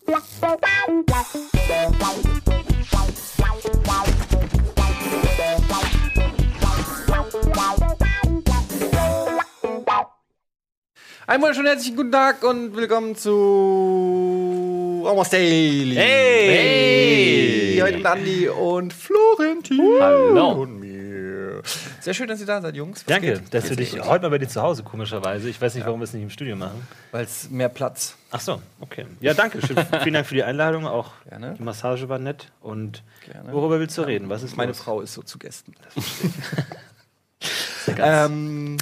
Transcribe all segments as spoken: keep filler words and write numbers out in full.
Einen wunderschönen herzlichen guten Tag und willkommen zu Almost Daily. Hey! Hey! Heute mit Andi und Florentin. Hallo. Und mir. Sehr schön, dass ihr da seid, Jungs. Was Danke, geht? dass wir dich heute mal bei dir zu Hause, komischerweise. Ich weiß nicht, warum wir es nicht im Studio machen. Weil es mehr Platz. Ach so, okay. Ja, danke. Schön. Vielen Dank für die Einladung. Auch Gerne. die Massage war nett. Und Gerne. worüber willst du reden? Was ist Meine los? Frau ist so zu Gästen. ähm,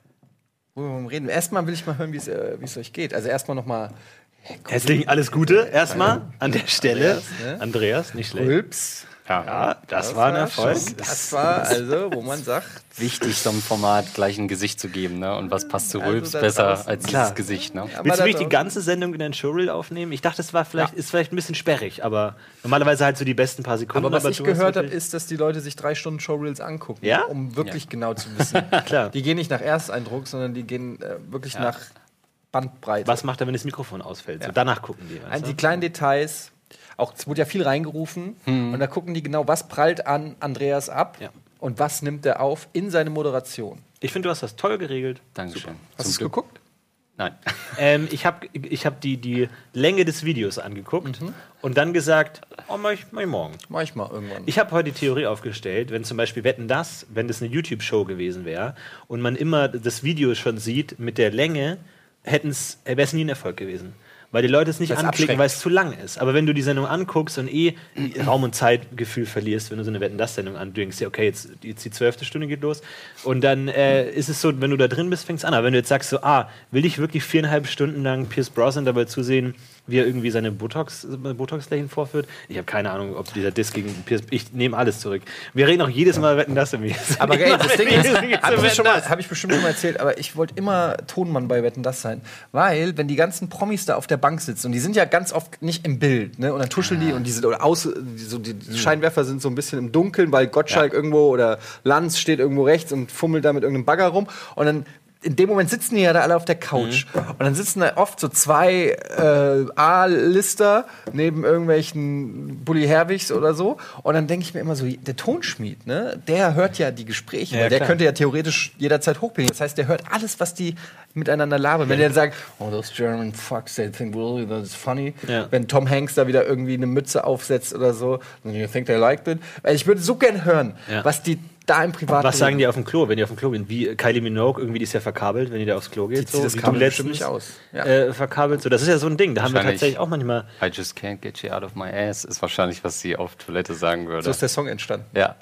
worüber wir reden? Erstmal will ich mal hören, wie es äh, wie es euch geht. Also erstmal nochmal Herzlichen alles Gute erstmal an der Stelle. Andreas, ne? Andreas, nicht schlecht. Rülps. Ja, das, war ein Erfolg. schon- Das war also, wo man sagt, Wichtig, so einem Format gleich ein Gesicht zu geben, ne? Und was passt zu Also Rülps da besser draußen. als Klar. dieses Gesicht, ne? aber Willst du da wirklich die draußen- ganze Sendung in dein Showreel aufnehmen? Ich dachte, es war vielleicht, ist vielleicht ein bisschen sperrig, aber normalerweise halt so die besten paar Sekunden. Aber was ich du hast gehört habe, wirklich- ist, dass die Leute sich drei Stunden Showreels angucken, Ja? um wirklich genau zu wissen. Klar. Die gehen nicht nach Ersteindruck, sondern die gehen äh, wirklich nach Bandbreite. Was macht er, wenn das Mikrofon ausfällt? So, danach gucken die. weißt Also du? die kleinen Details. Auch es wurde ja viel reingerufen und da gucken die genau, was prallt an Andreas ab Ja. und was nimmt er auf in seine Moderation. Ich finde, du hast das toll geregelt. Dankeschön. Hast du es Zum Glück. geguckt? Nein. Ähm, ich habe ich hab die, die Länge des Videos angeguckt Mhm. und dann gesagt, oh, mach ich, mach ich morgen. Mach ich mal irgendwann. Ich habe heute die Theorie aufgestellt, wenn zum Beispiel Wetten, das, wenn das eine YouTube-Show gewesen wäre und man immer das Video schon sieht mit der Länge, wäre es nie ein Erfolg gewesen. Weil die Leute es nicht Weil's anklicken, abschreckt. weil es zu lang ist. Aber wenn du die Sendung anguckst und eh Raum- und Zeitgefühl verlierst, wenn du so eine Wetten-das-Sendung an, du denkst, ja, okay, jetzt, jetzt die zwölfte Stunde geht los. Und dann äh, ist es so, wenn du da drin bist, fängt es an. Aber wenn du jetzt sagst, so, ah, will ich wirklich viereinhalb Stunden lang Pierce Brosnan dabei zusehen, wie er irgendwie seine Botox, Botox-Lächeln vorführt? Ich habe keine Ahnung, ob dieser Diss gegen Pierce... Ich nehme alles zurück. Wir reden auch jedes Mal Wetten, das irgendwie. Aber ey, das Ding ist, habe ich, ich schon mal- hab ich bestimmt schon mal erzählt, aber ich wollte immer Tonmann bei Wetten, das sein. Weil, wenn die ganzen Promis da auf der Bank sitzen, und die sind ja ganz oft nicht im Bild, ne? Und dann tuscheln die und die sind, oder aus, die, so, die Scheinwerfer sind so ein bisschen im Dunkeln, weil Gottschalk irgendwo oder Lanz steht irgendwo rechts und fummelt da mit irgendeinem Bagger rum. Und dann in dem Moment sitzen die ja da alle auf der Couch. Und dann sitzen da oft so zwei äh, A-Lister neben irgendwelchen Bully Herwigs oder so. Und dann denke ich mir immer so, der Tonschmied, ne, der hört ja die Gespräche. Ja, weil der klar. könnte ja theoretisch jederzeit hochbringen. Das heißt, der hört alles, was die miteinander labern. Wenn der dann sagt, oh, those German fucks, they think really that's funny. Ja. Wenn Tom Hanks da wieder irgendwie eine Mütze aufsetzt oder so, then you think they liked it. Weil ich würde so gern hören, Ja. was die da im Privat Was sagen die auf dem Klo, wenn die auf dem Klo gehen? Wie Kylie Minogue, irgendwie, die ist ja verkabelt, wenn die da aufs Klo geht. Die zieht das wie du Kabel letztens, bestimmt nicht aus. Ja. Äh, verkabelt. So, das ist ja so ein Ding. Da haben wir Wahrscheinlich. tatsächlich auch manchmal. I just can't get you out of my ass ist wahrscheinlich, was sie auf Toilette sagen würde. So ist der Song entstanden. Ja.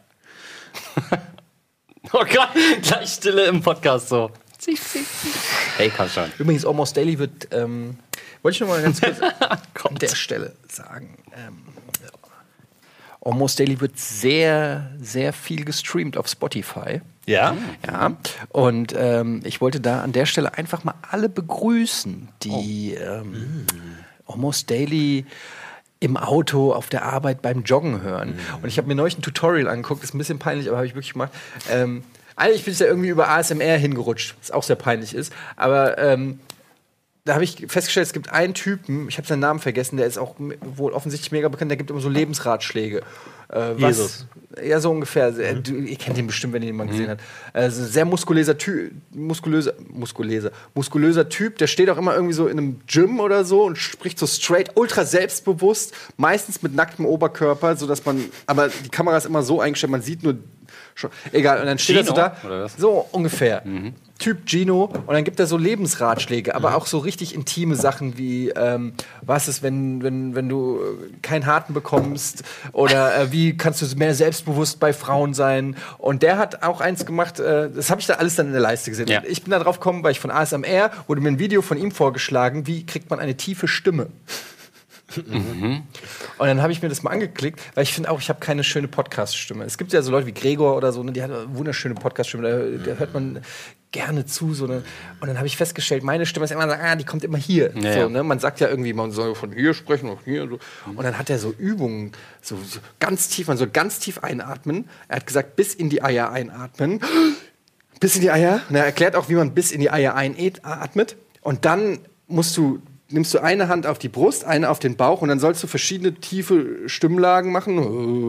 Oh Gott, gleich Stille im Podcast so. Hey, komm schon. Übrigens, Almost Daily wird, ähm, wollte ich noch mal ganz kurz an der Stelle sagen. Ähm, Almost Daily wird sehr, sehr viel gestreamt auf Spotify. Ja? Ja, und ähm, ich wollte da an der Stelle einfach mal alle begrüßen, die ähm, Almost Daily im Auto, auf der Arbeit, beim Joggen hören. Und ich habe mir neulich ein Tutorial angeguckt, ist ein bisschen peinlich, aber habe ich wirklich gemacht. Ähm, eigentlich bin ich da irgendwie über A S M R hingerutscht, was auch sehr peinlich ist. Aber ähm, da habe ich festgestellt, es gibt einen Typen, ich habe seinen Namen vergessen, der ist auch me- wohl offensichtlich mega bekannt, der gibt immer so Lebensratschläge. Äh, was, Jesus. Ja, so ungefähr. Sehr- Du, ihr kennt ihn bestimmt, wenn ihr ihn mal gesehen habt. Also sehr muskulöser Typ, muskulöser, muskulöser, muskulöser Typ, der steht auch immer irgendwie so in einem Gym oder so und spricht so straight, ultra selbstbewusst, meistens mit nacktem Oberkörper, sodass man, aber die Kamera ist immer so eingestellt, man sieht nur schon, egal, und dann steht er so Gino, da, oder was? so ungefähr. Typ Gino, und dann gibt er so Lebensratschläge, aber auch so richtig intime Sachen wie, ähm, was ist, wenn, wenn, wenn du äh, keinen Harten bekommst oder äh, wie kannst du mehr selbstbewusst bei Frauen sein. Und der hat auch eins gemacht, äh, das habe ich da alles dann in der Leiste gesehen. Ja. Und ich bin da drauf gekommen, weil ich von A S M R wurde mir ein Video von ihm vorgeschlagen, wie kriegt man eine tiefe Stimme. Und dann habe ich mir das mal angeklickt, weil ich finde auch, ich habe keine schöne Podcast-Stimme. Es gibt ja so Leute wie Gregor oder so, ne, die hat eine wunderschöne Podcast-Stimme, da, da hört man gerne zu. So eine, und dann habe ich festgestellt, meine Stimme ist immer so, ah, die kommt immer hier. Ja, so, ja. ne? Man sagt ja irgendwie, man soll von hier sprechen, auch hier. So. Und dann hat er so Übungen, so, so ganz tief, man soll ganz tief einatmen. Er hat gesagt, bis in die Eier einatmen. Bis in die Eier. Und er erklärt auch, wie man bis in die Eier einatmet. Und dann musst du nimmst du eine Hand auf die Brust, eine auf den Bauch und dann sollst du verschiedene tiefe Stimmlagen machen.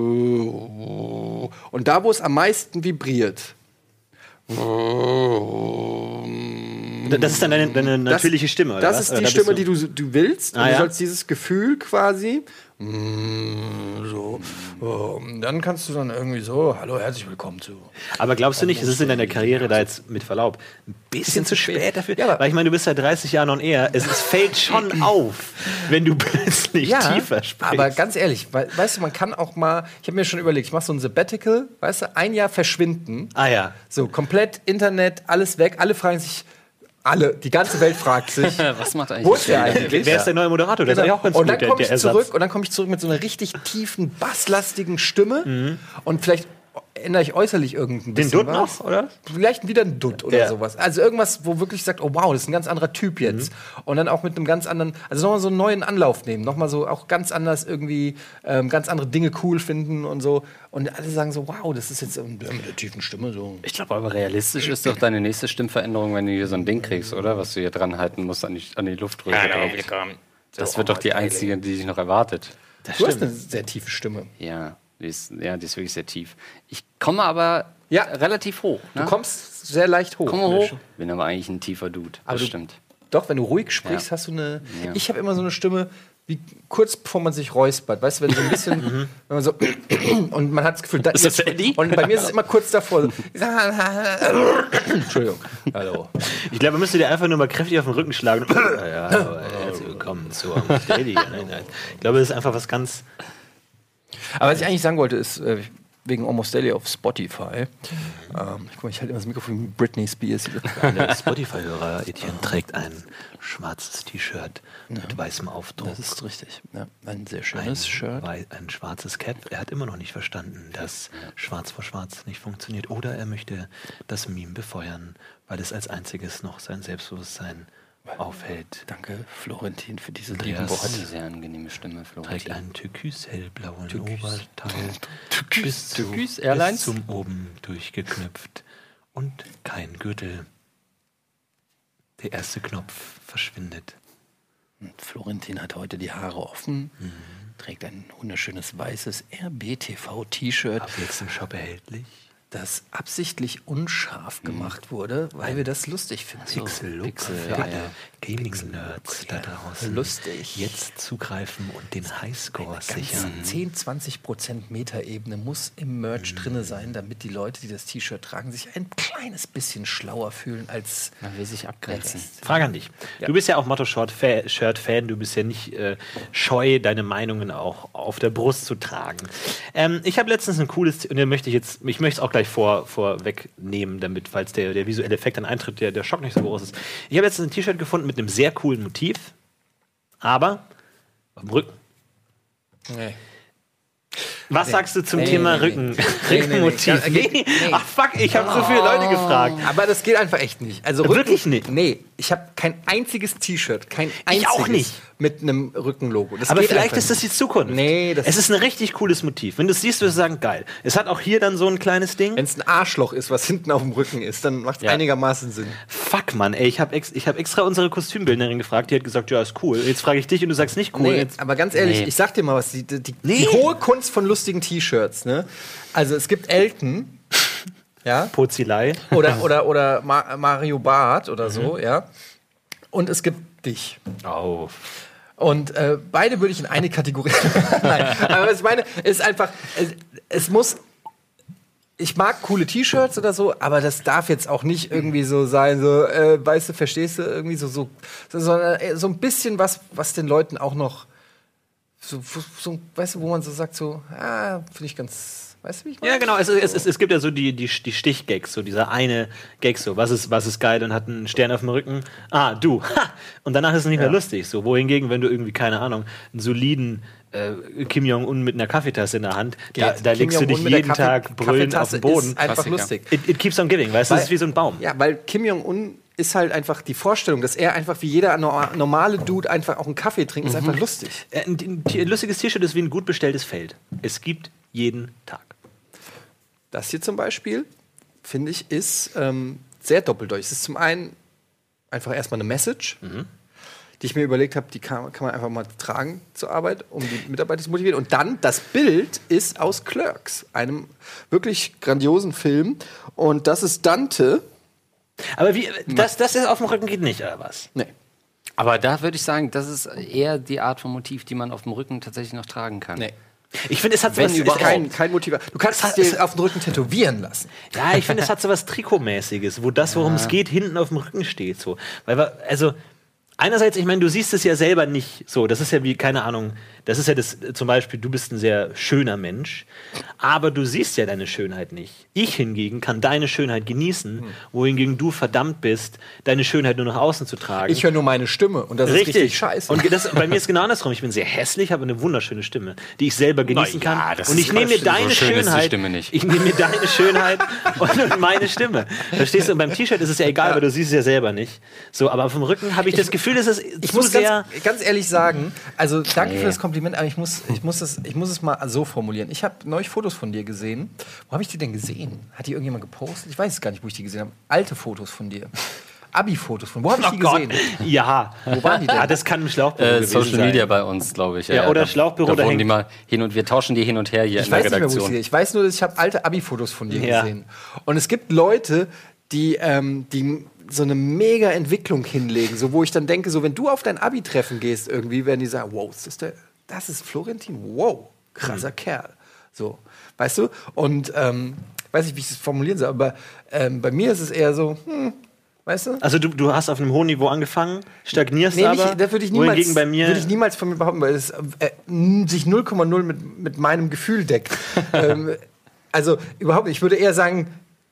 Und da, wo es am meisten vibriert. Das ist dann deine, deine natürliche das, Stimme, oder Das was? ist oder die da Stimme, du die du, du willst. Ah, und du ja? sollst dieses Gefühl quasi. So. Und dann kannst du dann irgendwie so, hallo, herzlich willkommen zu. Aber glaubst du nicht, es ist in deiner Karriere da jetzt mit Verlaub ein bisschen zu spät dafür? Ja, aber- Weil ich meine, du bist seit dreißig Jahren on air. Es, es fällt schon auf, wenn du plötzlich tiefer sprichst. aber ganz ehrlich, we weißt du, man kann auch mal, ich habe mir schon überlegt, ich mache so ein Sabbatical, weißt du, ein Jahr verschwinden, ah ja. so komplett Internet, alles weg, alle fragen sich, alle, die ganze Welt fragt sich, Was macht eigentlich wo ist der Stelle? eigentlich? Wer ist der neue Moderator? Das ist eigentlich auch ganz und dann gut, der, komme der ich Ersatz. zurück und dann komme ich zurück mit so einer richtig tiefen, basslastigen Stimme und vielleicht ändere ich äußerlich irgendein Den bisschen Dutt was. noch, oder? Vielleicht wieder ein Dutt oder Ja. sowas. Also irgendwas, wo wirklich sagt, oh wow, das ist ein ganz anderer Typ jetzt. Und dann auch mit einem ganz anderen, also nochmal so einen neuen Anlauf nehmen, nochmal so auch ganz anders irgendwie, ähm, ganz andere Dinge cool finden und so. Und alle sagen so, wow, das ist jetzt ähm, mit der tiefen Stimme so. Ich glaube aber realistisch ist doch deine nächste Stimmveränderung, wenn du hier so ein Ding kriegst, oder? Was du hier dran halten musst an die, an die Luftröhre. drauf. Das wird doch die einzige, die dich noch erwartet. Du hast eine sehr tiefe Stimme. Ja, die ist, ja, die ist wirklich sehr tief. Ich komme aber Ja. relativ hoch. Ne? Du kommst sehr leicht hoch. komme hoch. Bin aber eigentlich ein tiefer Dude. Aber das du- stimmt. Doch, wenn du ruhig sprichst, Ja. hast du eine. Ja. Ich habe immer so eine Stimme, wie kurz bevor man sich räuspert. Weißt du, wenn so ein bisschen. wenn man so. Und man hat das Gefühl, da Ist das jetzt- Eddie? Und bei mir ist es immer kurz davor. So, Entschuldigung. Hallo. Ich glaube, man müsste dir einfach nur mal kräftig auf den Rücken schlagen. ja, ja, aber herzlich willkommen zu Almost Daily. Nein, nein. Ich glaube, das ist einfach was ganz. Aber was ich eigentlich sagen wollte, ist, äh, wegen Almost Daily auf Spotify. Ähm, guck mal, ich halte immer das Mikrofon wie Britney Spears. Der Spotify-Hörer Etienne trägt ein schwarzes T-Shirt mit weißem Aufdruck. Das ist richtig. Ja, ein sehr ein, schönes Shirt. wei- ein schwarzes Cap. Er hat immer noch nicht verstanden, dass Schwarz vor Schwarz nicht funktioniert. Oder er möchte das Meme befeuern, weil es als einziges noch sein Selbstbewusstsein aufhält. Danke, Florentin, für diese Andreas lieben Du hast Worte. eine sehr angenehme Stimme, Trägt Florentin. einen türkis-hellblauen Oberteil bis, zu, Türkis bis Airlines? zum oben durchgeknöpft und kein Gürtel. Der erste Knopf verschwindet. Und Florentin hat heute die Haare offen, trägt ein wunderschönes weißes R B T V-T-Shirt, Ab jetzt im Shop erhältlich. das absichtlich unscharf gemacht wurde, weil wir das lustig finden. Pixel-Look Pixel, für ja, alle ja. Gaming-Nerds da draußen. Lustig. Jetzt zugreifen und den Highscore Ganz sichern. zehn, zwanzig Prozent Metaebene muss im Merch drinne sein, damit die Leute, die das T-Shirt tragen, sich ein kleines bisschen schlauer fühlen als Man will sich abgrenzen. Frage an dich. Du bist ja auch Motto-Shirt-Fan, du bist ja nicht äh, scheu, deine Meinungen auch auf der Brust zu tragen. Ähm, ich habe letztens ein cooles, und den möchte ich jetzt, ich möchte es auch gleich vor, vorwegnehmen, damit, falls der, der visuelle Effekt dann eintritt, der, der Schock nicht so groß ist. Ich habe letztens ein T-Shirt gefunden mit einem sehr coolen Motiv, aber auf dem Rücken. nee. Was sagst du zum Nee, Thema nee, Rücken, nee. Nee, nee, nee. Rückenmotiv? Ja, geht- Nee. nee. Ach fuck, ich habe so viele Leute gefragt. Aber das geht einfach echt nicht. Also Wirklich nicht? Nee, ich habe kein einziges T-Shirt, kein einziges auch nicht. mit einem Rückenlogo. Das Aber geht vielleicht einfach ist das nicht. die Zukunft. Nee, das es ist ein richtig cooles Motiv. Wenn du es siehst, wirst du sagen, geil. Es hat auch hier dann so ein kleines Ding. Wenn es ein Arschloch ist, was hinten auf dem Rücken ist, dann macht es Ja. einigermaßen Sinn. Fuck, Mann, ey, ich habe ex ich hab extra unsere Kostümbildnerin gefragt, die hat gesagt, ja, ist cool. Jetzt frage ich dich und du sagst nicht cool. Nee, Jetzt, aber ganz ehrlich, Nee. ich sag dir mal was, die, die, die, Nee. die hohe Kunst von lustigen T-Shirts, ne? Also es gibt Elton, ja, Pozilei. oder, oder, oder Ma Mario Barth oder so, Mhm. ja. Und es gibt dich. Oh. Und äh, beide würde ich in eine Kategorie. Nein, aber was ich meine, ist einfach, es, es muss. Ich mag coole T-Shirts oder so, aber das darf jetzt auch nicht irgendwie so sein, so, äh, weißt du, verstehst du, irgendwie so, so, so, sondern, äh, so ein bisschen was, was den Leuten auch noch, so, so weißt du, wo man so sagt, so, ah, finde ich ganz, weißt du, wie ich meine? Ja, genau. Es, es, es, es gibt ja so die, die, die Stichgags, so dieser eine Gag, so, was ist, was ist geil und hat einen Stern auf dem Rücken. Ah, du. Ha! Und danach ist es nicht mehr lustig. So, wohingegen, wenn du irgendwie, keine Ahnung, einen soliden äh, Kim Jong-un mit einer Kaffeetasse in der Hand, da, Geht. da Kim legst du dich Jong-un mit der jeden Kaffee- Tag brüllend auf Kaffeetasse den Boden. Ist einfach Klassiker. lustig. It, it keeps on giving, weißt du? Das ist wie so ein Baum. Ja, weil Kim Jong-un ist halt einfach die Vorstellung, dass er einfach wie jeder no- normale Dude einfach auch einen Kaffee trinkt, ist einfach lustig. Äh, Ein, ein, ein lustiges T-Shirt ist wie ein gut bestelltes Feld. Es gibt jeden Tag. Das hier zum Beispiel, finde ich, ist ähm, sehr doppeldeutig. Es ist zum einen einfach erstmal eine Message, die ich mir überlegt habe, die kann, kann man einfach mal tragen zur Arbeit, um die Mitarbeiter zu motivieren. Und dann, das Bild ist aus Clerks, einem wirklich grandiosen Film. Und das ist Dante. Aber wie, das, das ist auf dem Rücken geht nicht, oder was? Nee. Aber da würde ich sagen, das ist eher die Art von Motiv, die man auf dem Rücken tatsächlich noch tragen kann. Nee. Ich finde, es hat so Wenn was überhaupt. ist Kein, kein Motiv. Du kannst es dir auf den Rücken tätowieren lassen. Ja, ich finde, es hat so was Trikotmäßiges, wo das, worum ja. es geht, hinten auf dem Rücken steht. So. Weil wir, also, einerseits, ich meine, du siehst es ja selber nicht so. Das ist ja wie, keine Ahnung, das ist ja das, zum Beispiel, du bist ein sehr schöner Mensch, aber du siehst ja deine Schönheit nicht. Ich hingegen kann deine Schönheit genießen, hm. wohingegen du verdammt bist, deine Schönheit nur nach außen zu tragen. Ich höre nur meine Stimme und das richtig. ist richtig scheiße. Und das, bei mir ist genau andersrum. Ich bin sehr hässlich, habe eine wunderschöne Stimme, die ich selber genießen ja, kann. Und ich nehme mir deine so schön Schönheit, ich nehme mir deine Schönheit und meine Stimme. Verstehst du? Und beim T-Shirt ist es ja egal, ja. weil du siehst es ja selber nicht. So, aber vom Rücken habe ich, ich das Gefühl, dass es ich zu muss sehr... Ganz, ganz ehrlich sagen, also danke nee. für das Kompliment, aber ich muss, ich muss, es, ich muss es mal so formulieren. Ich habe neulich Fotos von dir gesehen. Wo habe ich die denn gesehen? Hat die irgendjemand gepostet? Ich weiß es gar nicht, wo ich die gesehen habe. Alte Fotos von dir. Abi-Fotos von. Wo habe ich oh die Gott. gesehen? Ja. Wo waren die denn? Ja, das kann im Schlauchbüro äh, gewesen Social sein. Media bei uns, glaube ich. Ja, ja, oder Schlauchbüro. Da, da die mal hin und wir tauschen die hin und her hier ich in der weiß Redaktion. Nicht mehr, wo ich, sie, ich weiß nur, dass ich habe alte Abi-Fotos von dir ja. gesehen. Und es gibt Leute, die, ähm, die so eine mega Entwicklung hinlegen, so wo ich dann denke, so wenn du auf dein Abi-Treffen gehst irgendwie, werden die sagen, wow, ist das, der, das ist Florentin, wow, krasser mhm. Kerl. So, weißt du? Und ähm, weiß nicht, wie ich das formulieren soll, aber ähm, bei mir ist es eher so, hm, weißt du? Also du, du hast auf einem hohen Niveau angefangen, stagnierst nee, aber, nicht, das würde ich niemals, bei mir würde ich niemals von mir behaupten, weil es äh, sich null Komma null mit, mit meinem Gefühl deckt. ähm, also überhaupt nicht. Ich würde eher sagen,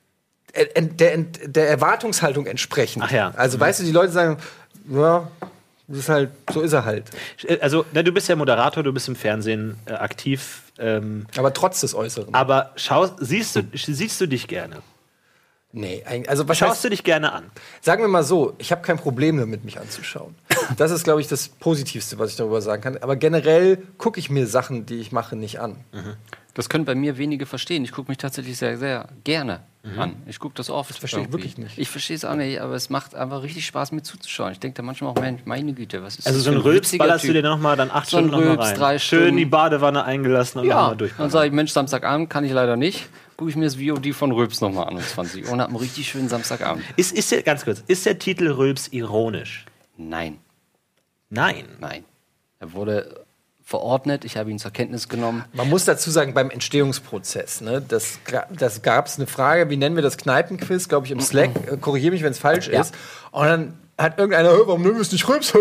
Der, der Erwartungshaltung entsprechend. Ach ja. Also, mhm. weißt du, die Leute sagen, ja, das ist halt, so ist er halt. Also, na, du bist ja Moderator, du bist im Fernsehen äh, aktiv. Ähm, aber trotz des Äußeren. Aber schau, siehst, du, siehst du dich gerne? Nee, also was schaust heißt, du dich gerne an? Sagen wir mal so, ich habe kein Problem damit, mich anzuschauen. Das ist, glaube ich, das Positivste, was ich darüber sagen kann. Aber generell gucke ich mir Sachen, die ich mache, nicht an. Mhm. Das können bei mir wenige verstehen. Ich gucke mich tatsächlich sehr, sehr gerne mhm. an. Ich gucke das oft. Das verstehe ich wirklich nicht. Ich verstehe es auch nicht, aber es macht einfach richtig Spaß, mir zuzuschauen. Ich denke da manchmal auch, Mensch, meine Güte, was ist also das? Also so ein Rülps ballerst du dir noch mal dann acht so Stunden noch mal rein. Drei Schön Stunden. die Badewanne eingelassen und ja, nochmal durch. Dann sage ich, Mensch, Samstagabend kann ich leider nicht. Gucke ich mir das V O D von Rülps nochmal an um zwanzig Uhr und habe einen richtig schönen Samstagabend. Ist, ist der, ganz kurz, ist der Titel Rülps ironisch? Nein. Nein? Nein. Er wurde verordnet, ich habe ihn zur Kenntnis genommen. Man muss dazu sagen, beim Entstehungsprozess, ne, das, das gab es eine Frage, wie nennen wir das Kneipenquiz, glaube ich, im Slack, äh, korrigiere mich, wenn es falsch ja. ist. Und dann hat irgendeiner, warum nennen wir es nicht Rülps?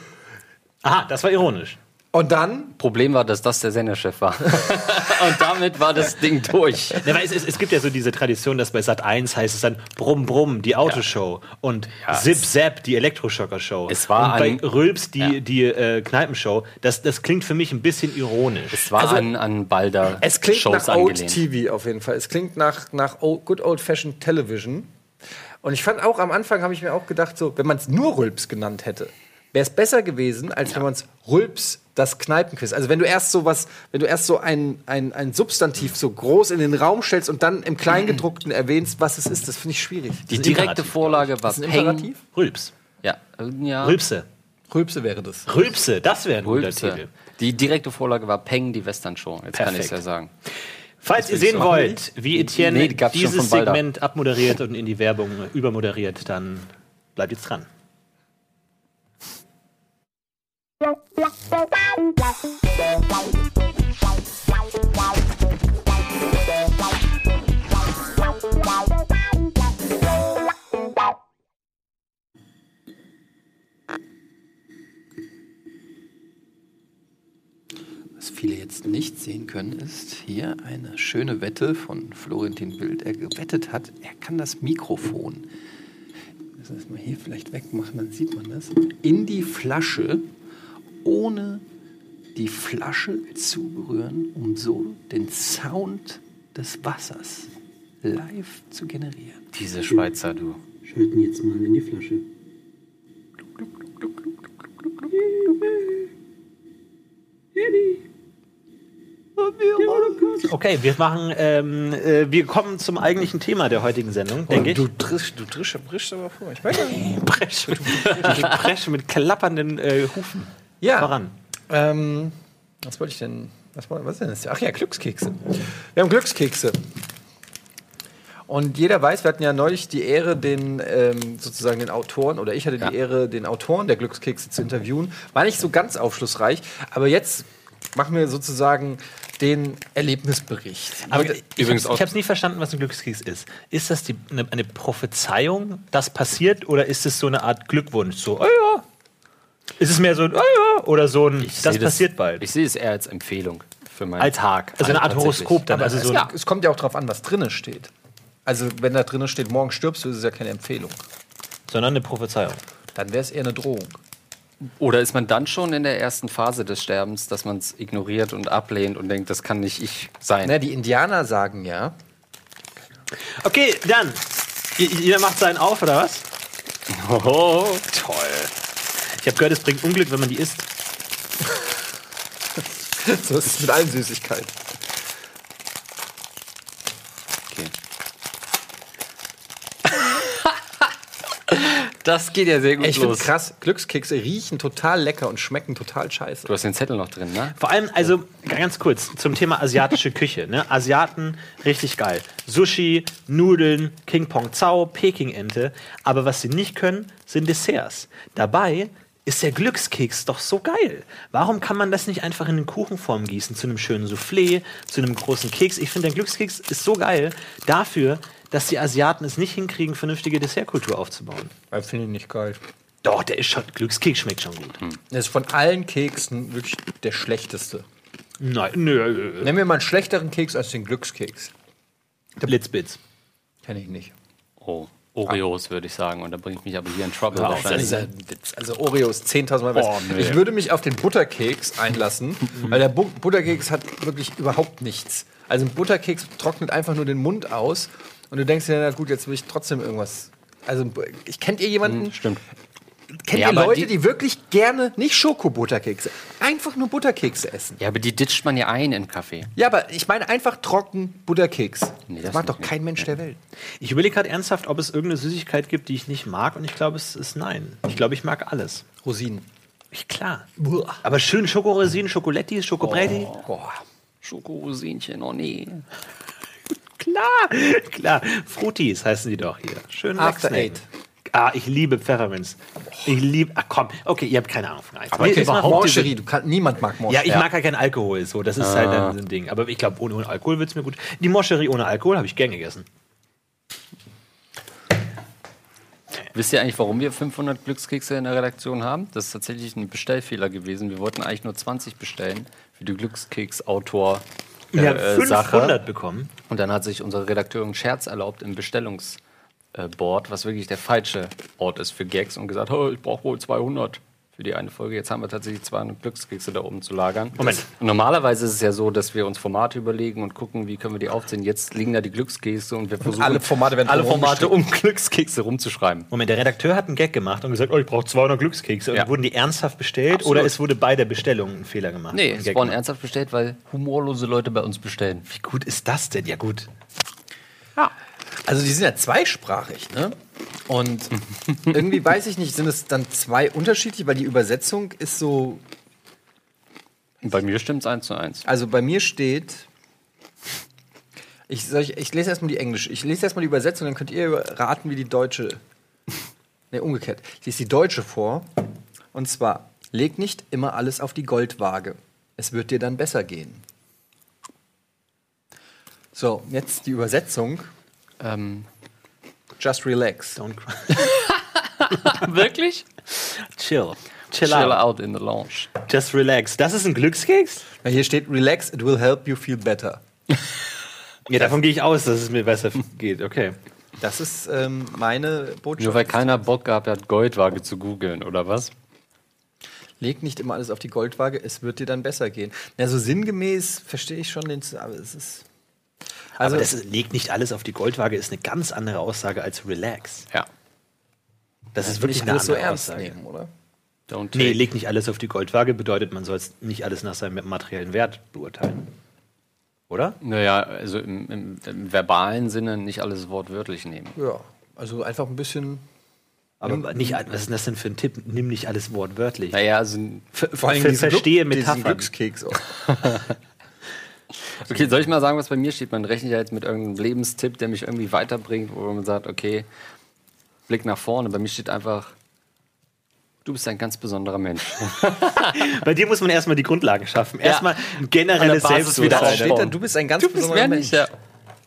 Aha, das war ironisch. Und dann? Problem war, dass das der Senderchef war. Und damit war das Ding durch. Ja, weil es, es, es gibt ja so diese Tradition, dass bei Sat eins heißt es dann Brumm Brumm, die Autoshow. Ja. Und ja, Zip Zap, die Elektroschocker-Show. Es war und bei an, Rülps, die, ja. die äh, Kneipenshow. Das, das klingt für mich ein bisschen ironisch. Es war also, an, an Balder Es klingt Shows nach Old angelehnt. T V auf jeden Fall. Es klingt nach, nach old, Good Old-Fashioned Television. Und ich fand auch, am Anfang habe ich mir auch gedacht, so, wenn man es nur Rülps genannt hätte, wäre es besser gewesen, als ja. wenn man es Rülps das Kneipenquiz. Also wenn du erst so was, wenn du erst so ein, ein, ein Substantiv so groß in den Raum stellst und dann im Kleingedruckten erwähnst, was es ist, das finde ich schwierig. Die direkte Vorlage war Peng. Imperativ? Rülps. Ja. ja. Rülpse. Rülpse wäre das. Rülpse, das wäre ein guter Titel. Die direkte Vorlage war Peng, die Western-Show. Jetzt Perfekt. Kann ich es ja sagen. Falls ihr sehen wollt, wie Etienne nee, die dieses Segment abmoderiert und in die Werbung übermoderiert, dann bleibt jetzt dran. Was viele jetzt nicht sehen können, ist hier eine schöne Wette von Florentin Wild. Er gewettet hat, er kann das Mikrofon, das heißt mal hier vielleicht wegmachen, dann sieht man das, in die Flasche, ohne die Flasche zu berühren, um so den Sound des Wassers live zu generieren. Diese Schweizer, du. Schalten jetzt mal in die Flasche. Eddie! Okay, wir machen, ähm, äh, wir kommen zum eigentlichen Thema der heutigen Sendung, denke ich. Du trischst, du trischst, brichst aber vor. Ich weiß nicht. Presche, ich presche mit klappernden äh, Hufen Ja. voran. Ähm, was wollte ich denn? Was, war- was ist denn das? Ach ja, Glückskekse. Wir haben Glückskekse. Und jeder weiß, wir hatten ja neulich die Ehre, den ähm, sozusagen den Autoren, oder ich hatte die Ja. Ehre, den Autoren der Glückskekse zu interviewen. War nicht so ganz aufschlussreich, aber jetzt machen wir sozusagen den Erlebnisbericht. Aber Und- ich, übrigens ich auch- habe es nie verstanden, was ein Glückskeks ist. Ist das die, eine, eine Prophezeiung, das passiert, oder ist es so eine Art Glückwunsch? So, oh ja. Ist es mehr so ein, oh ja, oder so ein, das sehe passiert bald? Ich sehe es eher als Empfehlung für meinen Alltag. Also eine Art Tatsächlich. Horoskop dann. aber Also es, so ja, ein, es kommt ja auch darauf an, was drinnen steht. Also wenn da drinnen steht, morgen stirbst du, ist es ja keine Empfehlung. sondern eine Prophezeiung. Dann wäre es eher eine Drohung. Oder ist man dann schon in der ersten Phase des Sterbens, dass man es ignoriert und ablehnt und denkt, das kann nicht ich sein? Na, die Indianer sagen ja, Okay, dann. J- Jeder macht seinen auf, oder was? Oh, Toll. Ich habe gehört, es bringt Unglück, wenn man die isst. so ist es mit allen Süßigkeiten. okay. Das geht ja sehr gut Ey, ich finde los. krass, Glückskekse riechen total lecker und schmecken total scheiße. Du hast den Zettel noch drin, ne? Vor allem, also ganz kurz zum Thema asiatische Küche. Ne? Asiaten, richtig geil. Sushi, Nudeln, King Pong Zao, Peking-Ente. Aber was sie nicht können, sind Desserts. Dabei ist der Glückskeks doch so geil. Warum kann man das nicht einfach in eine Kuchenform gießen? Zu einem schönen Soufflé, zu einem großen Keks. Ich finde, der Glückskeks ist so geil dafür, dass die Asiaten es nicht hinkriegen, vernünftige Dessertkultur aufzubauen. Ich finde ihn nicht geil. Doch, der ist schon, Glückskeks schmeckt schon gut. Das ist von allen Keksen wirklich der schlechteste. Nein, nö. Nenn mir mal einen schlechteren Keks als den Glückskeks. Blitzbits. Kenn ich nicht. Oh, Oreos würde ich sagen. Und da bringt mich aber hier in Trouble Hör auf, Das ist wahrscheinlich. ein Witz. Also Oreo ist zehntausend Mal besser. Oh, nee. Ich würde mich auf den Butterkeks einlassen, weil der Bu Butterkeks hat wirklich überhaupt nichts. Also ein Butterkeks trocknet einfach nur den Mund aus und du denkst dir, na gut, jetzt will ich trotzdem irgendwas. Also ich kennt ihr jemanden? Stimmt. Kennt Ja, ihr aber Leute, die- die, wirklich gerne nicht Schokobutterkekse, einfach nur Butterkekse essen? Ja, aber die ditcht man ja ein in Kaffee. Ja, aber ich meine einfach trocken Butterkeks. Nee, das, das macht nicht, doch kein nee. Mensch der Welt. Ich überlege gerade ernsthaft, ob es irgendeine Süßigkeit gibt, die ich nicht mag. Und ich glaube, es ist nein. Ich glaube, ich mag alles. Rosinen. Ich, klar. Aber schön Schokorosinen, Schokolettis, Schokobretti. Boah. Schokorosinchen, oh nee. Klar, klar. Fruities heißen die doch hier. Schön After wegsnacken. Eight. Ah, ich liebe Pfefferminz. Ich liebe. Ach komm, okay, ihr habt keine Ahnung von Eis. Aber Mir okay, ist mal- Moncherie, du kann, niemand mag Moncherie. Ja, ich mag ja keinen Alkohol, so. Das ist halt dann so ein Ding. Aber ich glaube, ohne, ohne Alkohol wird es mir gut. Die Moscherie ohne Alkohol habe ich gern gegessen. Wisst ihr eigentlich, warum wir fünfhundert Glückskekse in der Redaktion haben? Das ist tatsächlich ein Bestellfehler gewesen. Wir wollten eigentlich nur zwanzig bestellen für die Glückskeksautor äh, Wir haben äh, fünfhundert Sache. bekommen. Und dann hat sich unsere Redakteurin Scherz erlaubt im Bestellungsboard, was wirklich der falsche Ort ist für Gags, und gesagt, oh, ich brauche wohl zweihundert für die eine Folge. Jetzt haben wir tatsächlich zweihundert Glückskekse da oben zu lagern. Moment. Und normalerweise ist es ja so, dass wir uns Formate überlegen und gucken, wie können wir die aufziehen. Jetzt liegen da die Glückskekse und wir versuchen alle Formate werden alle drum Formate um Glückskekse rumzuschreiben. Moment, der Redakteur hat einen Gag gemacht und gesagt, oh, ich brauche zweihundert Glückskekse. Und Ja. wurden die ernsthaft bestellt Absolut. oder es wurde bei der Bestellung ein Fehler gemacht? Nee, Ein es Gag wurden gemacht. ernsthaft bestellt, weil humorlose Leute bei uns bestellen. Wie gut ist das denn? Ja, gut. Also die sind ja zweisprachig, ne? Und irgendwie weiß ich nicht, sind es dann zwei unterschiedlich, weil die Übersetzung ist so. Und bei mir stimmt es eins zu eins. Also bei mir steht. Ich, soll ich, ich lese erstmal die englische. Ich lese erstmal die Übersetzung, dann könnt ihr raten, wie die deutsche. Ne, umgekehrt. Ich lese die deutsche vor. Und zwar: Leg nicht immer alles auf die Goldwaage. Es wird dir dann besser gehen. So, jetzt die Übersetzung. Ähm, Just relax. Don't cry. wirklich? Chill. Chill, Chill out. out in the lounge. Just relax. Das ist ein Glückskeks? Ja, hier steht: Relax, it will help you feel better. Ja, davon gehe ich aus, dass es mir besser geht. Okay. Das ist ähm, meine Botschaft. Nur weil keiner Bock gehabt hat, Goldwaage zu googeln, oder was? Leg nicht immer alles auf die Goldwaage, es wird dir dann besser gehen. Ja, so sinngemäß verstehe ich schon den. Aber es ist. Also, Aber das ist, legt nicht alles auf die Goldwaage, ist eine ganz andere Aussage als relax. Ja. Das ist will wirklich ich eine alles so andere ernst Aussage. nehmen, oder? Don't Nee, take. leg nicht alles auf die Goldwaage bedeutet, man soll es nicht alles nach seinem materiellen Wert beurteilen. Oder? Naja, also im, im, im verbalen Sinne nicht alles wortwörtlich nehmen. Ja, also einfach ein bisschen. Aber nicht, was ist denn das denn für ein Tipp? Nimm nicht alles wortwörtlich. Naja, also. Vor allem Ver- diesen verstehe Glück- diesen Metaphern. Glückskeks auch. Okay, soll ich mal sagen, was bei mir steht? Man rechnet ja jetzt mit irgendeinem Lebenstipp, der mich irgendwie weiterbringt, wo man sagt, okay, Blick nach vorne. Bei mir steht einfach, du bist ein ganz besonderer Mensch. Bei dir muss man erstmal die Grundlagen schaffen. Erstmal ein An generelles der Basis wieder Selbstbewusstsein. Steht da, du bist ein ganz Du bist besonderer mehr Mensch. nicht, ja.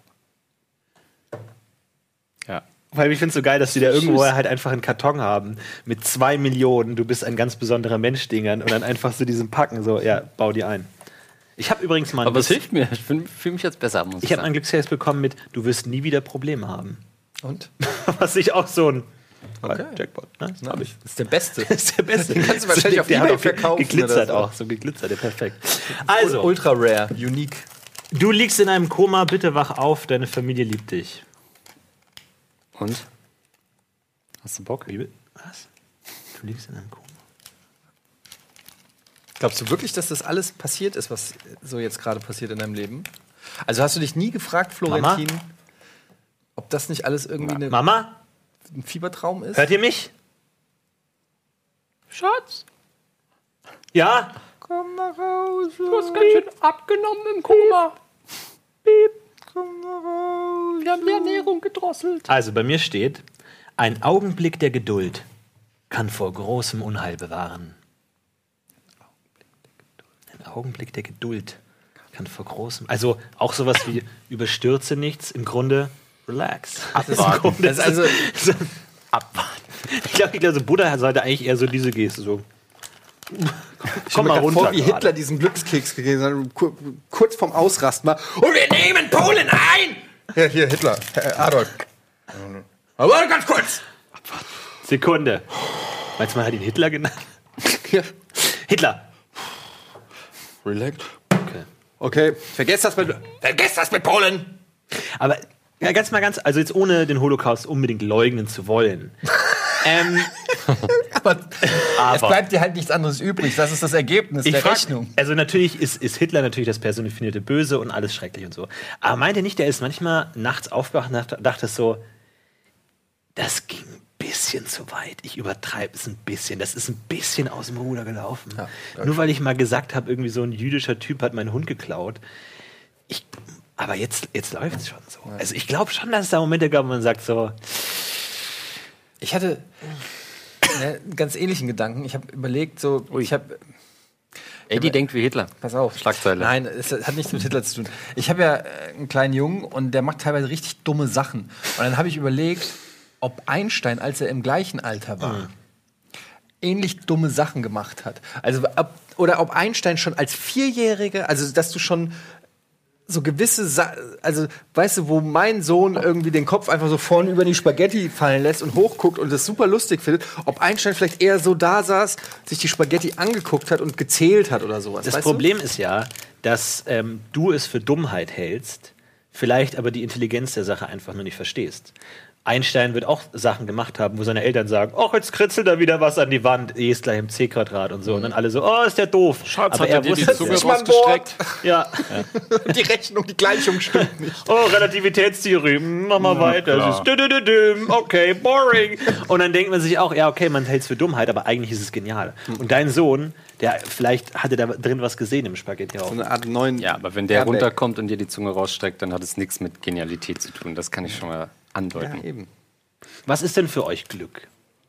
Ja. Weil ich finde es so geil, dass die da irgendwo halt einfach einen Karton haben mit zwei Millionen, du bist ein ganz besonderer Mensch-Dingern und dann einfach so diesen Packen, so, ja, bau die ein. Ich habe übrigens mal. Aber es hilft mir. Ich fühle fühl mich jetzt besser, muss ich Ich habe sagen. einen Glückscase bekommen mit, du wirst nie wieder Probleme haben. Und? Was ich auch so ein Okay. Jackpot, ne? Na, das ist der Beste. Das ist der beste. Den kannst du wahrscheinlich auf Der eBay hat auch ge- verkaufen Geglitzert oder so. auch, so geglitzert, der perfekt. Also, Ultra rare, unique. du liegst in einem Koma, bitte wach auf, deine Familie liebt dich. Und? Hast du Bock? Wie bi- Was? Du liegst in einem Koma. Glaubst du wirklich, dass das alles passiert ist, was so jetzt gerade passiert in deinem Leben? Also hast du dich nie gefragt, Florentin, ob das nicht alles irgendwie eine, Mama, ein Fiebertraum ist? hört ihr mich? Schatz, Ja? Komm nach Hause. du hast ganz schön abgenommen im Koma. Komm nach Hause. Wir haben die Ernährung gedrosselt. Also, bei mir steht, ein Augenblick der Geduld kann vor großem Unheil bewahren. Ein Augenblick der Geduld kann vor großem... Also, auch sowas wie überstürze nichts, im Grunde relax. Abwarten. Im Grunde Das ist also- so, abwarten. Ich glaube, ich glaub, so Buddha sollte eigentlich eher so diese Geste so... Ich Komm mal runter. Vor, wie Hitler diesen Glückskeks gegeben hat, kur- kurz vorm Ausrasten war. Und wir nehmen Polen ein! Ja, hier, Hitler. Herr Adolf. Aber ganz kurz. Sekunde. Meinst du, man hat ihn Hitler genannt? Hitler. Relax. Okay. Okay, vergesst das mit, vergesst das mit Polen. Aber ja, ganz mal ganz, also jetzt ohne den Holocaust unbedingt leugnen zu wollen. ähm, Aber, es bleibt dir halt nichts anderes übrig. Das ist das Ergebnis ich der frag, Rechnung. Also natürlich ist, ist Hitler natürlich das personifizierte Böse und alles schrecklich und so. Aber meint ihr nicht, der ist manchmal nachts aufgewacht und dachte so, das ging ein bisschen zu weit. Ich übertreibe es ein bisschen. Das ist ein bisschen aus dem Ruder gelaufen. Ja, Nur weil ich mal gesagt habe, irgendwie so ein jüdischer Typ hat meinen Hund geklaut. Ich, aber jetzt, jetzt läuft es schon so. Also ich glaube schon, dass es da Momente gab, wo man sagt so, Ich hatte ne, einen ganz ähnlichen Gedanken. Ich habe überlegt, so, ich habe Eddie denkt wie Hitler. Pass auf. Schlagzeile. Nein, es hat nichts mit Hitler zu tun. Ich habe ja äh, einen kleinen Jungen und der macht teilweise richtig dumme Sachen. Und dann habe ich überlegt, ob Einstein, als er im gleichen Alter war, Mhm. ähnlich dumme Sachen gemacht hat. Also, ob, oder ob Einstein schon als Vierjähriger, also dass du schon so gewisse, Sa also weißt du, wo mein Sohn irgendwie den Kopf einfach so vorne über die Spaghetti fallen lässt und hochguckt und das super lustig findet, ob Einstein vielleicht eher so da saß, sich die Spaghetti angeguckt hat und gezählt hat oder sowas. das weißt Problem ist ja, dass ähm, du es für Dummheit hältst, vielleicht aber die Intelligenz der Sache einfach nur nicht verstehst. Einstein wird auch Sachen gemacht haben, wo seine Eltern sagen, ach, jetzt kritzelt da wieder was an die Wand, E ist gleich im C-Quadrat und so. Und dann alle so, oh, ist der doof. Schatz, aber hat er dir die wusste Zunge es. du? rausgestreckt? Ja. du? Die Rechnung, die Gleichung stimmt nicht. Oh, Relativitätstheorie, hm, mach mal weiter. klar. Es ist dü -dü -dü -dü, okay, boring. Und dann denkt man sich auch, ja, okay, man hält es für Dummheit, aber eigentlich ist es genial. Und dein Sohn, der vielleicht hatte da drin was gesehen im Spaghetti auch. So eine Art neuen. Ja, aber wenn der Airbag. runterkommt und dir die Zunge rausstreckt, dann hat es nichts mit Genialität zu tun. Das kann ich schon mal andeuten. Ja, eben. Was ist denn für euch Glück?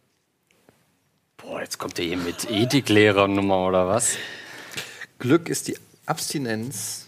Boah, jetzt kommt der hier mit Ethiklehrernummer oder was? Glück ist die Abstinenz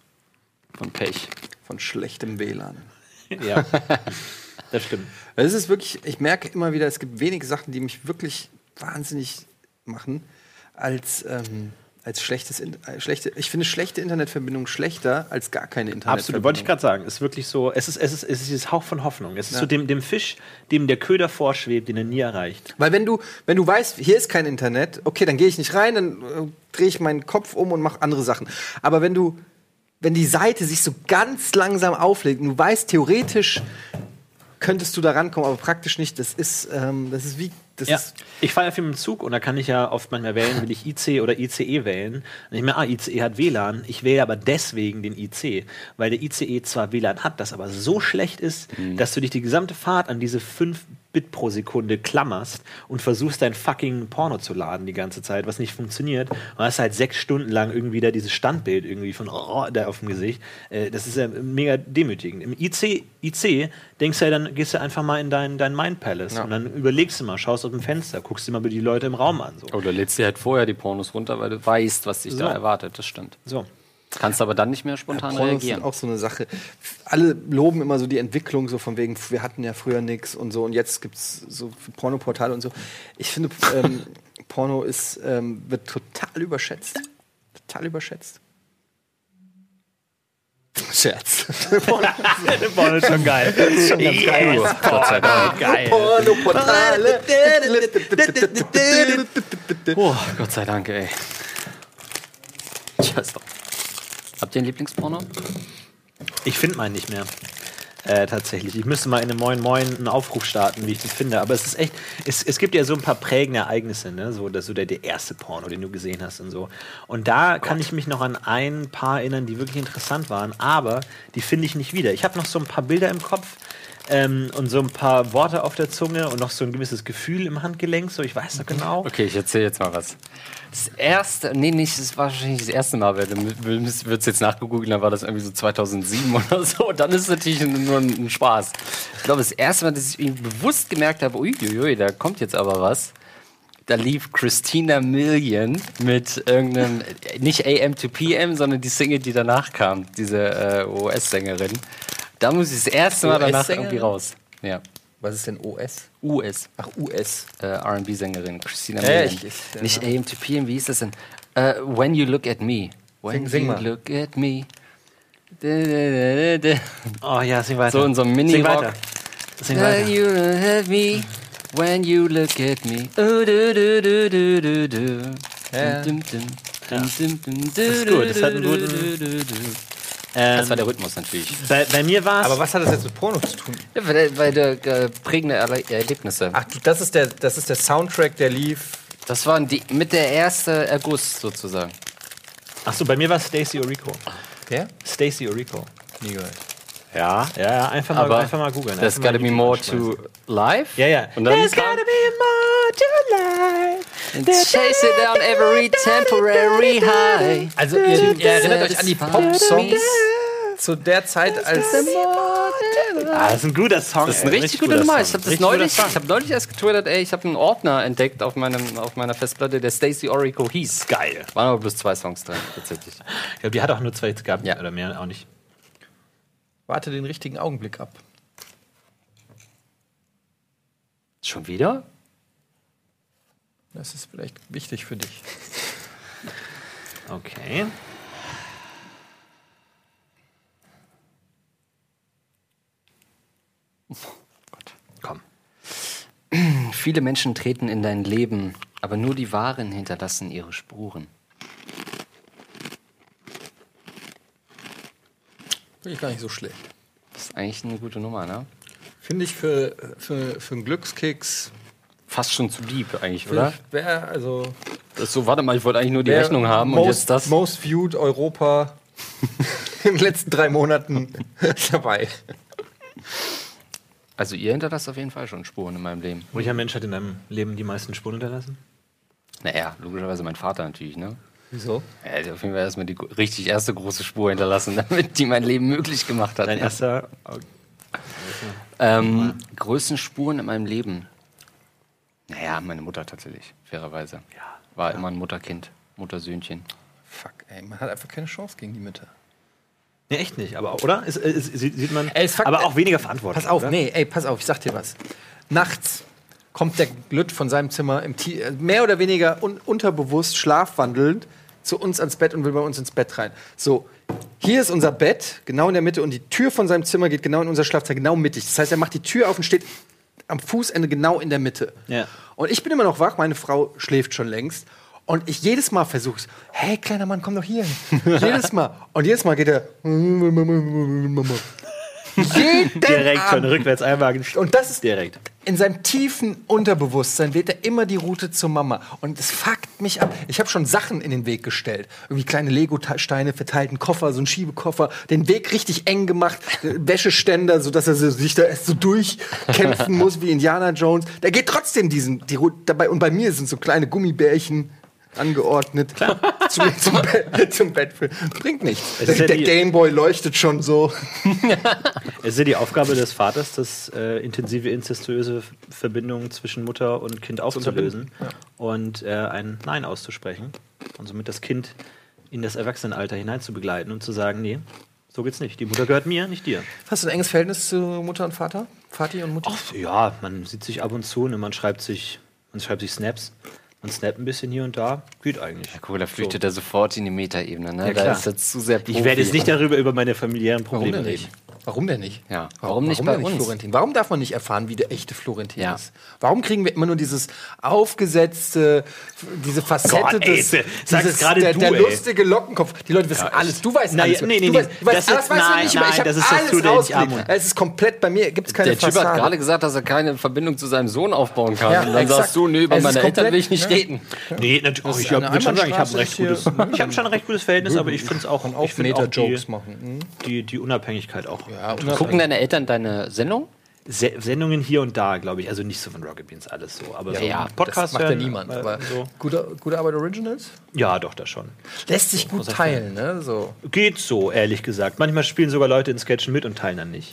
Von Pech. von schlechtem W L A N. Ja, das stimmt. Es ist wirklich, ich merke immer wieder, es gibt wenige Sachen, die mich wirklich wahnsinnig machen, als, ähm, als schlechtes, In äh, schlechte, ich finde schlechte Internetverbindung schlechter als gar keine Internetverbindung. Absolut, wollte ich gerade sagen. Es ist wirklich so, es ist, es ist, es ist dieses Hauch von Hoffnung. Es ist Ja. so dem, dem Fisch, dem der Köder vorschwebt, den er nie erreicht. Weil wenn du, wenn du weißt, hier ist kein Internet, okay, dann gehe ich nicht rein, dann äh, drehe ich meinen Kopf um und mache andere Sachen. Aber wenn du, wenn die Seite sich so ganz langsam auflegt und du weißt, theoretisch könntest du da rankommen, aber praktisch nicht, das ist, ähm, das ist wie, Das Ja, ist ich fahre ja viel mit dem Zug und da kann ich ja oft manchmal wählen, will ich I C oder I C E wählen. Und ich mir, ah, I C E hat W L A N, ich wähle aber deswegen den I C, weil der I C E zwar W L A N hat, das aber so schlecht ist, mhm. dass du dich die gesamte Fahrt an diese fünf Bit pro Sekunde klammerst und versuchst dein fucking Porno zu laden die ganze Zeit, was nicht funktioniert. Und hast halt sechs Stunden lang irgendwie da dieses Standbild irgendwie von oh, da auf dem Gesicht. Äh, das ist ja mega demütigend. Im I C, I C denkst du ja, dann gehst du einfach mal in dein, dein Mind Palace ja. und dann überlegst du mal, schaust aus dem Fenster, guckst dir mal die Leute im Raum an. So. Oder lädst dir halt vorher die Pornos runter, weil du weißt, was dich so. da erwartet. Das stimmt. So. Kannst aber dann nicht mehr spontan ja, reagieren. Ist auch so eine Sache. Alle loben immer so die Entwicklung, so von wegen, wir hatten ja früher nichts und so und jetzt gibt es so Pornoportale und so. Ich finde, ähm, Porno ist, ähm, wird total überschätzt. Total überschätzt. Scherz. Porno ist schon geil. Ist schon ganz geil. Yes, Gott sei Dank. Geil. Pornoportale. Oh, Gott sei Dank, ey. Scheiß doch. Habt ihr ein Lieblingsporno? Ich finde meinen nicht mehr. Äh, tatsächlich. Ich müsste mal in einem Moin Moin einen Aufruf starten, wie ich das finde. Aber es ist echt, es, es gibt ja so ein paar prägende Ereignisse, ne? So, dass so der, der erste Porno, den du gesehen hast und so. Und da oh kann ich mich noch an ein paar erinnern, die wirklich interessant waren, aber die finde ich nicht wieder. Ich habe noch so ein paar Bilder im Kopf ähm, und so ein paar Worte auf der Zunge und noch so ein gewisses Gefühl im Handgelenk, so ich weiß noch genau. Okay, ich erzähle jetzt mal was. Das erste, nee, nicht, das war wahrscheinlich das erste Mal, weil du würdest jetzt nachgegoogelt, dann war das irgendwie so zweitausendsieben oder so. Dann ist es natürlich nur ein, ein Spaß. Ich glaube, das erste Mal, dass ich irgendwie bewusst gemerkt habe, uiuiui, da kommt jetzt aber was. Da lief Christina Milian mit irgendeinem, nicht A M to P M, sondern die Single, die danach kam, diese äh, O S-Sängerin. Da muss ich das erste Mal danach irgendwie raus. Ja. Was ist denn O S? U S. Ach, U S. Äh, R and B-Sängerin, Christina Milian. Echt? Ja. Nicht A M to P M, wie hieß das denn? Uh, When You Look at Me. When Sing, sing You mal. Look at Me. Da, da, da, da. Oh ja, sing weiter. So in so einem Sing Mini-Rock. weiter. Sing When weiter. you look at me. When you look at me. Oh, du, du, du, du, du, du. Ja. Dum, dum, Ja. dum, dum, dum, Das ist gut, das hat einen guten- du, du, du, du. Ähm, Das war der Rhythmus natürlich. bei, bei mir war es. Aber was hat das jetzt mit Porno zu tun? Ja, weil, weil der äh, prägende Erle Erlebnisse. Ach, du, das ist der, das ist der Soundtrack, der lief. Das war die, mit der erste August sozusagen. Achso, bei mir war es Stacey Orico. Wer? Stacey Orico. Nie gehört. Ja, ja, ja, einfach mal, Aber einfach mal googeln. There's Einfach mal gotta be YouTube more anschmeißen. to life. Ja, ja. Und dann There's kam- gotta be more to life. And chase it down every temporary high. Also, ihr, ihr erinnert euch an die Pop-Songs zu der Zeit, als. Ah, das ist ein guter Song. Das ist ein ey, richtig guter Nummer. Ich habe das Richtig neulich, guter ich Song. habe neulich erst getwittert, ey, ich habe einen Ordner entdeckt auf meinem, auf meiner Festplatte, der Stacey Orico hieß. Geil. Waren aber bloß zwei Songs drin, tatsächlich. Ich glaube, die hat auch nur zwei Hits gehabt. Ja. Oder mehr, auch nicht. Warte den richtigen Augenblick ab. Schon wieder? Das ist vielleicht wichtig für dich. Okay. Komm. Viele Menschen treten in dein Leben, aber nur die Wahren hinterlassen ihre Spuren. Finde ich gar nicht so schlecht. Das ist eigentlich eine gute Nummer, ne? Finde ich für, für, für einen Glückskeks. Fast schon zu deep eigentlich, Für- oder? Wer, also. Das ist so, warte mal, ich wollte eigentlich nur die wer Rechnung haben most, und jetzt das. Most viewed Europa in den letzten drei Monaten dabei. Also ihr hinterlasst auf jeden Fall schon Spuren in meinem Leben. Welcher Mensch hat in deinem Leben die meisten Spuren hinterlassen? Naja, logischerweise mein Vater natürlich, ne? Wieso? Er hat auf jeden Fall erstmal die gro- richtig erste große Spur hinterlassen, damit die mein Leben möglich gemacht hat. Dein erster. Ähm, größten Spuren in meinem Leben. Naja, meine Mutter tatsächlich, fairerweise. Ja. War immer ein Mutterkind, Muttersöhnchen. Fuck, ey, man hat einfach keine Chance gegen die Mütter. Nee, echt nicht, aber oder? Ist, ist, sieht sieht man. Ey, es fuck- aber auch weniger Verantwortung. Pass auf, oder? nee, ey, pass auf, ich sag dir was. Nachts kommt der Glütt von seinem Zimmer im T äh, mehr oder weniger un unterbewusst schlafwandelnd zu uns ans Bett und will bei uns ins Bett rein. So, hier ist unser Bett, genau in der Mitte, und die Tür von seinem Zimmer geht genau in unser Schlafzimmer, genau mittig. Das heißt, er macht die Tür auf und steht am Fußende genau in der Mitte. Ja. Und ich bin immer noch wach, meine Frau schläft schon längst. Und ich jedes Mal versuche, hey, kleiner Mann, komm doch hier. Jedes Mal. Und jedes Mal geht er. Jeden Direkt von Abend. rückwärts einwagen. Und das ist direkt. in seinem tiefen Unterbewusstsein wählt er immer die Route zur Mama. Und es fuckt mich ab. Ich habe schon Sachen in den Weg gestellt. Irgendwie kleine Lego-Steine verteilt, einen Koffer, so einen Schiebekoffer, den Weg richtig eng gemacht, Wäscheständer, sodass er sich da erst so durchkämpfen muss wie Indiana Jones. Der geht trotzdem diesen, die Route dabei. Und bei mir sind so kleine Gummibärchen angeordnet zu, zum, Bett, zum Bett. Bringt nichts. Der, ja der die- Gameboy leuchtet schon so. Es ist ja die Aufgabe des Vaters, das äh, intensive inzestuöse Verbindungen zwischen Mutter und Kind aufzulösen und äh, ein Nein auszusprechen und somit das Kind in das Erwachsenenalter hinein zu begleiten und zu sagen, nee, so geht's nicht. Die Mutter gehört mir, nicht dir. Hast du ein enges Verhältnis zu Mutter und Vater? Vati und Mutti? Ach, ja, man sieht sich ab und zu und man schreibt sich, man schreibt sich Snaps. Man snappt ein bisschen hier und da, geht eigentlich. Ja, guck, da flüchtet er sofort in die Metaebene, ne? Ja, Da klar. ist jetzt zu sehr Profi. Ich werde jetzt nicht darüber über meine familiären Warum Probleme denn nicht? reden. Warum denn nicht? Ja, warum nicht bei uns? Florentin? Warum darf man nicht erfahren, wie der echte Florentin Ja. ist? Warum kriegen wir immer nur dieses aufgesetzte, diese Facette Gott, ey, des, sag's dieses, gerade der, du, der ey. lustige Lockenkopf. Die Leute wissen alles. Du weißt Na, alles. ja, nee, nee, du nee. weißt, du weißt, Das das, ist- weißt du nein, nicht mehr. Ich nein, hab das ist das alles Studio in ausgelegt. Armut. Es ist komplett bei mir. Gibt's keine Der Typ Fassade. hat gerade gesagt, dass er keine Verbindung zu seinem Sohn aufbauen kann. Ja, und dann exakt. sagst du, nee, über Es ist meine Eltern komplett- will ich nicht ja. reden. Nee, natürlich. Oh, ich eine würde schon sagen, ich habe ein Einbahnstraße recht ist hier- gutes, ich habe schon ein recht gutes Verhältnis, aber ich finde es auch, ich finde auch die, Meter-Jokes machen. Mhm. die, die Unabhängigkeit auch. Ja, Gucken deine Eltern deine Sendung? Se Sendungen hier und da, glaube ich. Also nicht so von Rocket Beans alles so, aber so ja, ein Podcast das macht ja hören, niemand. äh, Aber so. gute, gute Arbeit Originals? Ja, doch, das schon. Lässt sich gut teilen, ne? So. Geht so, ehrlich gesagt. Manchmal spielen sogar Leute in Sketchen mit und teilen dann nicht.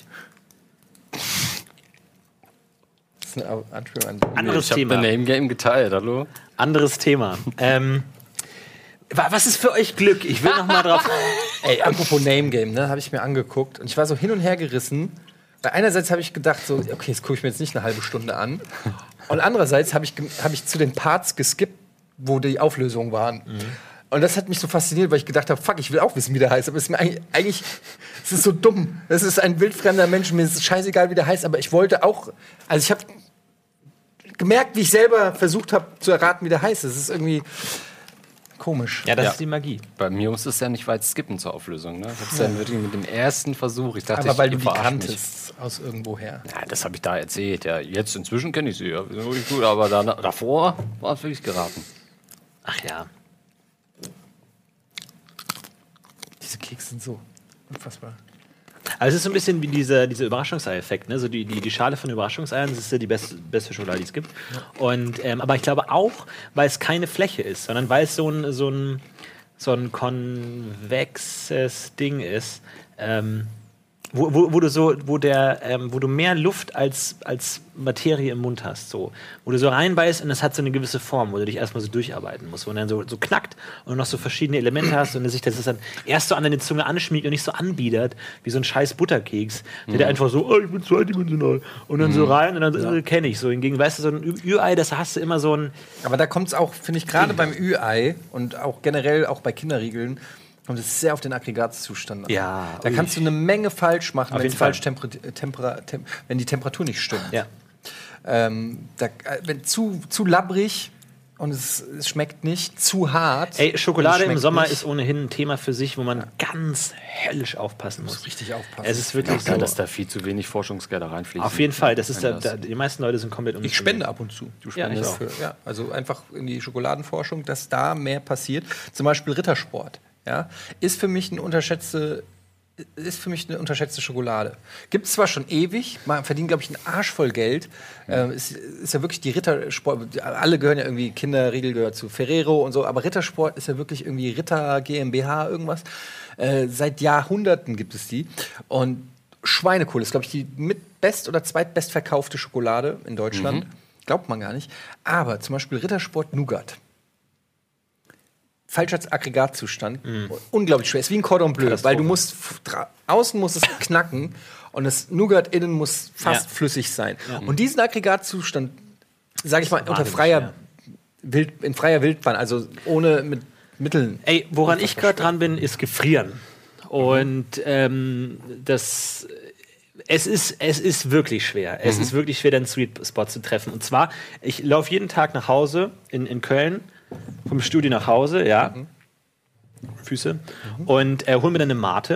Das ist eine Anspielung an Anderes Ich habe Thema. The Name Game geteilt, hallo? Anderes Thema. ähm, wa- was ist für euch Glück? Ich will noch mal drauf. Ey, apropos Name Game, ne, habe ich mir angeguckt und ich war so hin und her gerissen. Weil einerseits habe ich gedacht, so, okay, das gucke ich mir jetzt nicht eine halbe Stunde an. Und andererseits habe ich, ge- hab ich zu den Parts geskippt, wo die Auflösungen waren. Und das hat mich so fasziniert, weil ich gedacht habe, fuck, ich will auch wissen, wie der heißt. Aber es ist mir eigentlich, eigentlich es ist so dumm. Es ist ein wildfremder Mensch, mir ist es scheißegal, wie der heißt. Aber ich wollte auch, also ich habe gemerkt, wie ich selber versucht habe zu erraten, wie der heißt. Es ist irgendwie komisch. Ja, das Ja. ist die Magie. Bei mir muss es ja nicht weit skippen zur Auflösung. Ne? Ich hab's dann wirklich mit dem ersten Versuch. Ich dachte, Aber ich, weil du ihr die verarscht mich. kanntest aus irgendwoher. Ja, das habe ich da erzählt. Ja, jetzt inzwischen kenne ich sie. Ja, ist wirklich gut, aber da, davor war es wirklich geraten. Ach ja. Diese Kekse sind so unfassbar. Also es ist so ein bisschen wie dieser, dieser Überraschungsei-Effekt. Ne? So die, die, die Schale von Überraschungseiern, das ist ja die beste, beste Schokolade, die es gibt. Und, ähm, aber ich glaube auch, weil es keine Fläche ist, sondern weil es so ein, so ein, so ein konvexes Ding ist, ähm, wo, wo, wo du so, wo der, ähm, wo du mehr Luft als, als Materie im Mund hast, so, wo du so reinbeißt und es hat so eine gewisse Form, wo du dich erstmal so durcharbeiten musst, wo dann so, so knackt und du noch so verschiedene Elemente hast und sich das ist dann erst so an deine Zunge anschmiegt und nicht so anbiedert wie so ein scheiß Butterkeks, der, der einfach so, oh, ich bin zweidimensional und dann so rein und dann so, äh, kenne ich so. Hingegen, weißt du, so ein Ü- Ü-Ei, das hast du immer so ein, Aber da kommt es auch, finde ich, gerade beim Ü-Ei und auch generell auch bei Kinderriegeln, kommt es sehr auf den Aggregatzustand an. Ja, Da ui. kannst du eine Menge falsch machen, Auf wenn, jeden es falsch tempera tempera tem wenn die Temperatur nicht stimmt. ja. Ähm, da, äh, wenn zu, zu labbrig und es, es schmeckt nicht, zu hart. Ey, Schokolade und es im schmeckt Sommer nicht. ist ohnehin ein Thema für sich, wo man ganz höllisch aufpassen muss. richtig aufpassen. Es ist wirklich Ja, so. dass da viel zu wenig Forschungsgelder reinfließen. Auf jeden Fall, das ist da, Wenn da, die meisten Leute sind komplett Ich spende ab und zu. Du Ja, ich auch. Für, ja, also einfach in die Schokoladenforschung, dass da mehr passiert. Zum Beispiel Rittersport. Ja, ist für mich eine unterschätzte, ist für mich eine unterschätzte Schokolade. Gibt es zwar schon ewig, man verdient, glaube ich, einen Arsch voll Geld. Ähm, ist, ist ja wirklich die Rittersport, alle gehören ja irgendwie, Kinderriegel gehört zu Ferrero und so, aber Rittersport ist ja wirklich irgendwie Ritter GmbH irgendwas. Äh, seit Jahrhunderten gibt es die. Und Schweinekohl ist, glaube ich, die mit best- oder zweitbestverkaufte Schokolade in Deutschland. Glaubt man gar nicht. Aber zum Beispiel Rittersport Nougat. Falscher Aggregatzustand. Unglaublich schwer. Ist wie ein Cordon Bleu, Katastrophe. weil du musst f- dra- außen muss es knacken und das Nougat innen muss fast Ja. flüssig sein. Und diesen Aggregatzustand, sage ich mal, unter wahnsinnig freier schwer. Wild, in freier Wildbahn, also ohne mit Mitteln. Ey, woran ich gerade dran bin, ist Gefrieren. Und ähm, das. Es ist, es ist wirklich schwer. Es ist wirklich schwer, den Sweet Spot zu treffen. Und zwar, ich laufe jeden Tag nach Hause in, in Köln, vom Studio nach Hause, ja. Füße. Und äh, hol mir dann eine Mate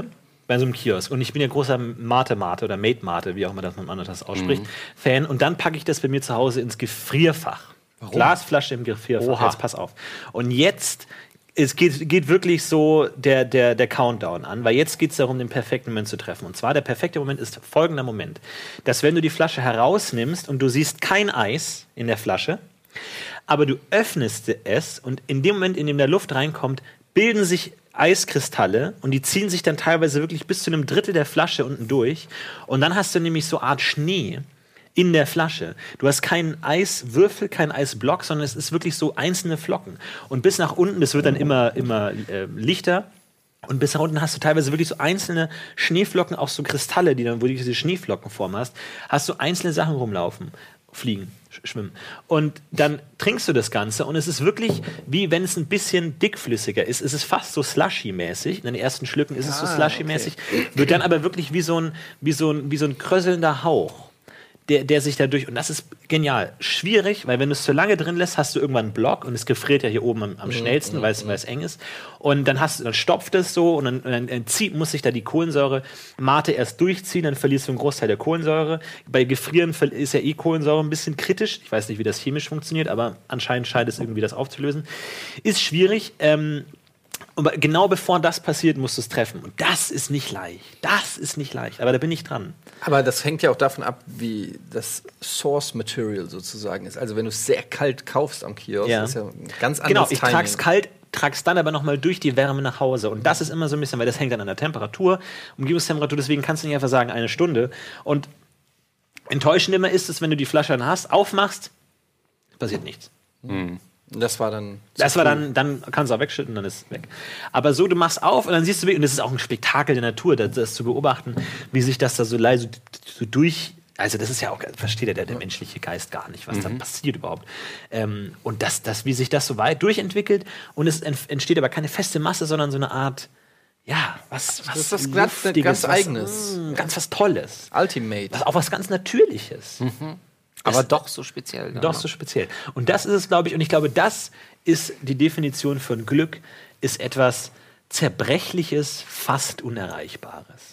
bei so einem Kiosk. Und ich bin ja großer Mate-Mate oder Mate-Mate, wie auch immer das man das ausspricht, mhm. Fan. Und dann packe ich das bei mir zu Hause ins Gefrierfach. Warum? Glasflasche im Gefrierfach. Oha. Jetzt pass auf. Und jetzt es geht, geht wirklich so der, der, der Countdown an, weil jetzt geht es darum, den perfekten Moment zu treffen. Und zwar der perfekte Moment ist folgender Moment, dass wenn du die Flasche herausnimmst und du siehst kein Eis in der Flasche, aber du öffnest es und in dem Moment, in dem da Luft reinkommt, bilden sich Eiskristalle und die ziehen sich dann teilweise wirklich bis zu einem Drittel der Flasche unten durch. Und dann hast du nämlich so eine Art Schnee in der Flasche. Du hast keinen Eiswürfel, keinen Eisblock, sondern es ist wirklich so einzelne Flocken. Und bis nach unten, das wird dann immer, immer äh, lichter. Und bis nach unten hast du teilweise wirklich so einzelne Schneeflocken, auch so Kristalle, die dann, wo du diese Schneeflockenform hast, hast du einzelne Sachen rumlaufen, fliegen, sch- schwimmen. Und dann trinkst du das Ganze und es ist wirklich, wie wenn es ein bisschen dickflüssiger ist, es ist fast so slushy-mäßig. In den ersten Schlücken ist es so Ah, slushy-mäßig, okay. wird dann aber wirklich wie so ein, wie so ein, wie so ein kröselnder Hauch. Der, der sich dadurch, und das ist genial, schwierig, weil wenn du es zu lange drin lässt, hast du irgendwann einen Block und es gefriert ja hier oben am, am schnellsten, mm, weil es, mm. weil es eng ist. Und dann, hast, dann stopft es so und dann, und dann, dann zieht, muss sich da die Kohlensäure Mate erst durchziehen, dann verlierst du einen Großteil der Kohlensäure. Bei Gefrieren ist ja eh Kohlensäure ein bisschen kritisch. Ich weiß nicht, wie das chemisch funktioniert, aber anscheinend scheint es irgendwie das aufzulösen. Ist schwierig. Ähm, Aber genau bevor das passiert, musst du es treffen. Und das ist nicht leicht. Das ist nicht leicht. Aber da bin ich dran. Aber das hängt ja auch davon ab, wie das Source Material sozusagen ist. Also wenn du es sehr kalt kaufst am Kiosk, Ja. ist ja ein ganz anderes Genau, ich Timing. trage es kalt, trage es dann aber nochmal durch die Wärme nach Hause. Und das ist immer so ein bisschen, weil das hängt dann an der Temperatur, Umgebungstemperatur. Deswegen kannst du nicht einfach sagen, eine Stunde. Und enttäuschend immer ist es, wenn du die Flasche dann hast, aufmachst, passiert nichts. Mhm. Das war dann. Das war dann, dann kannst du auch wegschütten, dann ist es weg. Aber so, du machst auf und dann siehst du, und das ist auch ein Spektakel der Natur, das, das zu beobachten, wie sich das da so leise so durch. Also, das ist ja auch, versteht ja der, der menschliche Geist gar nicht, was mhm. da passiert überhaupt. Ähm, und das, das, wie sich das so weit durchentwickelt und es entsteht aber keine feste Masse, sondern so eine Art, ja, was, was das ist was ganz, ganz was, Eigenes. Mh, ganz was Tolles. Ultimate. Was, auch was ganz Natürliches. Mhm. Aber doch so speziell. Doch so speziell. Und das ist es, glaube ich, und ich glaube, das ist die Definition von Glück, ist etwas Zerbrechliches, fast Unerreichbares.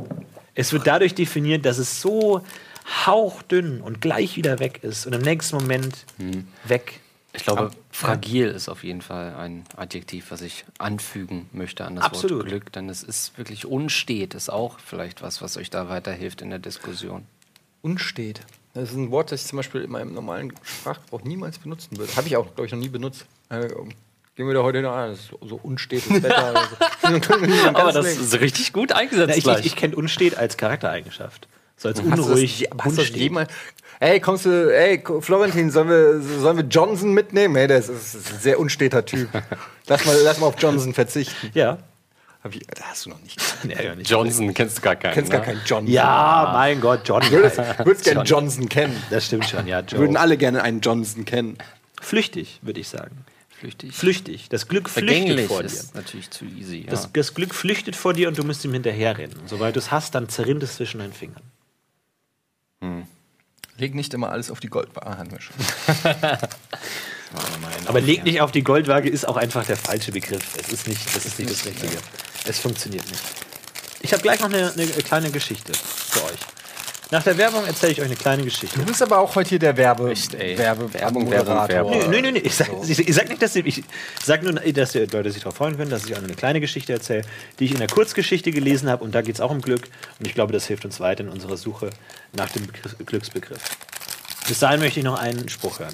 Es wird dadurch definiert, dass es so hauchdünn und gleich wieder weg ist und im nächsten Moment hm. weg. Ich glaube, Aber, fragil ja. ist auf jeden Fall ein Adjektiv, was ich anfügen möchte an das Absolut. Wort Glück, denn es ist wirklich unstet, ist auch vielleicht was, was euch da weiterhilft in der Diskussion. Unstet. Das ist ein Wort, das ich zum Beispiel in meinem normalen Sprachgebrauch niemals benutzen würde. Habe ich auch, glaube ich, noch nie benutzt. Äh, gehen wir da heute noch an, das ist so, so unstetes Wetter. So. Aber das ist richtig gut eingesetzt. Na, ich gleich. ich, ich kenne unstet als Charaktereigenschaft. So als Hast du das- unruhig, hast du das jemals- Ey, kommst du, ey, Florentin, sollen wir, sollen wir Johnson mitnehmen? Hey, das ist, das ist ein sehr unsteter Typ. Lass mal, lass mal auf Johnson verzichten. Ja. Hab ich, das hast du noch nicht. Nee, ja nicht. Johnson kennst du gar keinen. Du kennst gar ne? keinen Johnson. Ja, mein Gott, John. Du würdest, würdest gerne Johnson kennen. Das stimmt schon, ja, Wir würden Joe. alle gerne einen Johnson kennen. Flüchtig, würde ich sagen. Flüchtig. Flüchtig. Das Glück flüchtet Vergänglich vor dir. ist natürlich zu easy. Ja. Das, das Glück flüchtet vor dir und du musst ihm hinterherrennen. Und sobald du es hast, dann zerrinnt es zwischen deinen Fingern. Hm. Leg nicht immer alles auf die Goldwaage, haben wir schon. Aber leg nicht auf die Goldwaage ist auch einfach der falsche Begriff. Es ist nicht, das ist nicht das Richtige. Es funktioniert nicht. Ich habe gleich noch eine, eine kleine Geschichte für euch. Nach der Werbung erzähle ich euch eine kleine Geschichte. Du bist aber auch heute hier der Werbe, Echt, ey. Werbe Werbung, Moderator. Werbung, Werbung. Nö, nö, nö. Ich sag, ich, ich sag nicht, dass ich, ich sag nur, dass die Leute sich darauf freuen können, dass ich auch eine kleine Geschichte erzähle, die ich in der Kurzgeschichte gelesen habe. Und da geht es auch um Glück. Und ich glaube, das hilft uns weiter in unserer Suche nach dem Begriff, Glücksbegriff. Bis dahin möchte ich noch einen Spruch hören.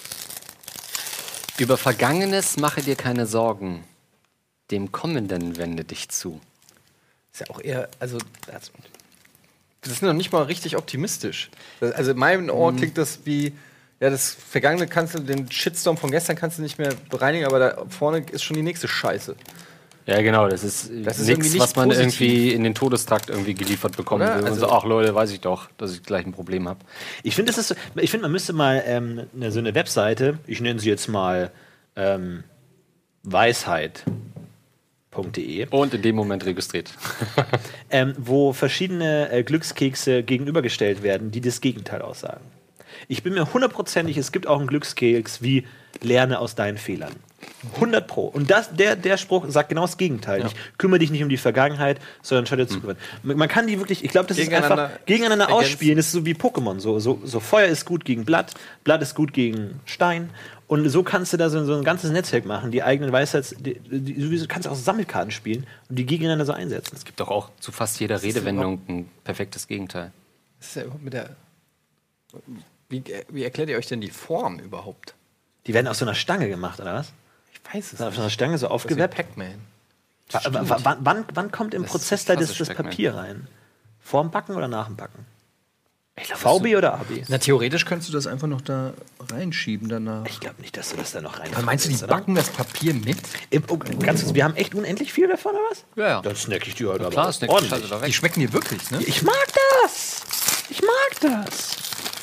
Über Vergangenes mache dir keine Sorgen. Dem Kommenden wende dich zu. Ist ja auch eher, also das, das ist noch nicht mal richtig optimistisch. Das, also in meinem Ohr klingt das wie, ja, das Vergangene kannst du, den Shitstorm von gestern kannst du nicht mehr bereinigen, aber da vorne ist schon die nächste Scheiße. Ja, genau, das ist, Das ist nichts, irgendwie nicht was man positiv. irgendwie in den Todestrakt irgendwie geliefert bekommen Oder? will. Also- und so, ach Leute, weiß ich doch, dass ich gleich ein Problem habe. Ich finde, so, ich find, man müsste mal ähm, ne, so eine Webseite, ich nenne sie jetzt mal ähm, Weisheit punkt de, Und in dem Moment registriert. ähm, wo verschiedene äh, Glückskekse gegenübergestellt werden, die das Gegenteil aussagen. Ich bin mir hundertprozentig, es gibt auch einen Glückskeks wie lerne aus deinen Fehlern. hundert Pro. Und das, der, der Spruch sagt genau das Gegenteil. Ja. Nicht, kümmere dich nicht um die Vergangenheit, sondern schau dir Zukunft an. Man kann die wirklich, ich glaube, das ist Gegeneinander einfach gegeneinander ergänzen. ausspielen. Das ist so wie Pokémon. So, so, so Feuer ist gut gegen Blatt, Blatt ist gut gegen Stein. Und so kannst du da so, so ein ganzes Netzwerk machen, die eigenen Weisheits... Die, die, du kannst auch Sammelkarten spielen und die gegeneinander so einsetzen. Es gibt doch auch zu fast jeder Redewendung ein perfektes Gegenteil. Das ist ja überhaupt mit der. Wie, wie erklärt ihr euch denn die Form überhaupt? Die werden aus so einer Stange gemacht, oder was? Ich weiß es Auf nicht. so einer Stange so Das ist wie aufgeweppt. Pac-Man. Wa- wa- Wann, wann, wann kommt im Das Prozess ist da das, klassisch das Pac-Man. Papier rein? Vorm Backen oder nach dem Backen? V B oder A B? Na, theoretisch könntest du das einfach noch da reinschieben danach. Ich glaube nicht, dass du das da noch rein. Aber meinst du, die backen das Papier mit? Im, oh, ganz kurz, wir haben echt unendlich viel davon, oder was? Ja, ja. Dann snack ich die heute aber Klar, Snack ordentlich. also da Die weg. schmecken dir wirklich, ne? Ich mag das! Ich mag das!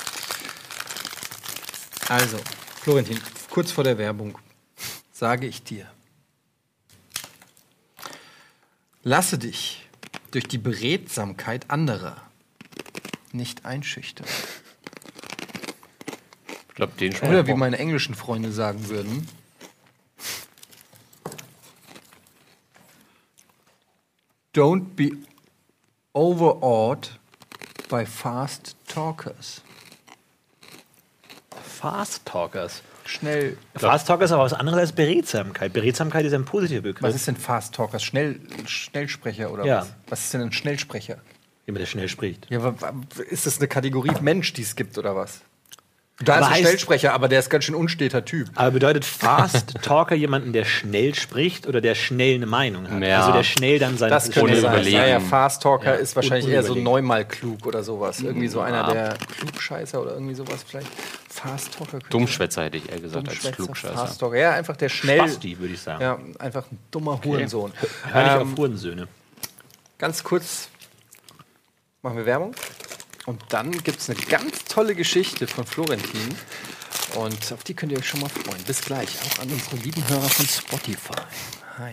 Also, Florentin, kurz vor der Werbung sage ich dir: Lasse dich durch die Beredsamkeit anderer nicht einschüchtern. Ich glaube, den Spruch. Oder wie meine englischen Freunde sagen würden: Don't be overawed by fast talkers. Fast Talkers. Schnell. Fast Talker ist aber was anderes als Beredsamkeit. Beredsamkeit ist ein positiver Was Begriff. ist denn Fast Talkers? Schnell, Schnellsprecher oder Ja. was? Was ist denn ein Schnellsprecher? Jemand, der schnell spricht. Ja, wa- wa- ist das eine Kategorie Mensch, die es gibt oder was? Da Aber ist ein heißt- Schnellsprecher, aber der ist ganz schön unsteter Typ. Aber bedeutet Fast Talker jemanden, der schnell spricht oder der schnell eine Meinung hat? Ja. Also der schnell dann sein Das könnte Ohne sein. überlegen. Ja, ja, Fast Talker ist wahrscheinlich Un- eher so unüberlegt. neunmal klug oder sowas. Irgendwie so einer Ja. der Klugscheißer oder irgendwie sowas vielleicht. Fast Talker. könnte- Dummschwätzer hätte ich eher gesagt als Dummschwätzer, Klugscheißer. Fast Talker. Ja, einfach der schnell. Spasti, würde ich sagen. Ja, einfach ein dummer Hurensohn. Hör nicht Ähm, auf Hurensöhne. Ganz kurz machen wir Werbung. Und dann gibt es eine ganz tolle Geschichte von Florentin. Und auf die könnt ihr euch schon mal freuen. Bis gleich. Auch an unsere lieben Hörer von Spotify. Hi.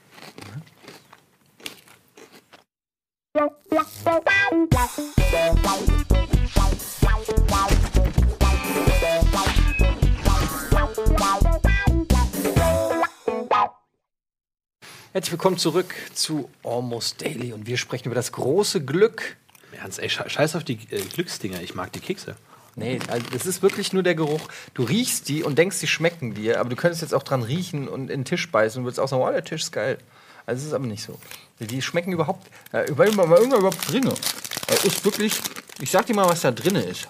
Herzlich willkommen zurück zu Almost Daily. Und wir sprechen über das große Glück. Ernst, ey, sche- scheiß auf die äh, Glücksdinger. Ich mag die Kekse. Nee, also es ist wirklich nur der Geruch. Du riechst die und denkst, die schmecken dir, aber du könntest jetzt auch dran riechen und in den Tisch beißen und würdest auch sagen, oh, der Tisch ist geil. Also es ist aber nicht so. Die schmecken überhaupt, äh, weil immer mal irgendwann überhaupt drinne. Da ist wirklich, ich sag dir mal, was da drinne ist.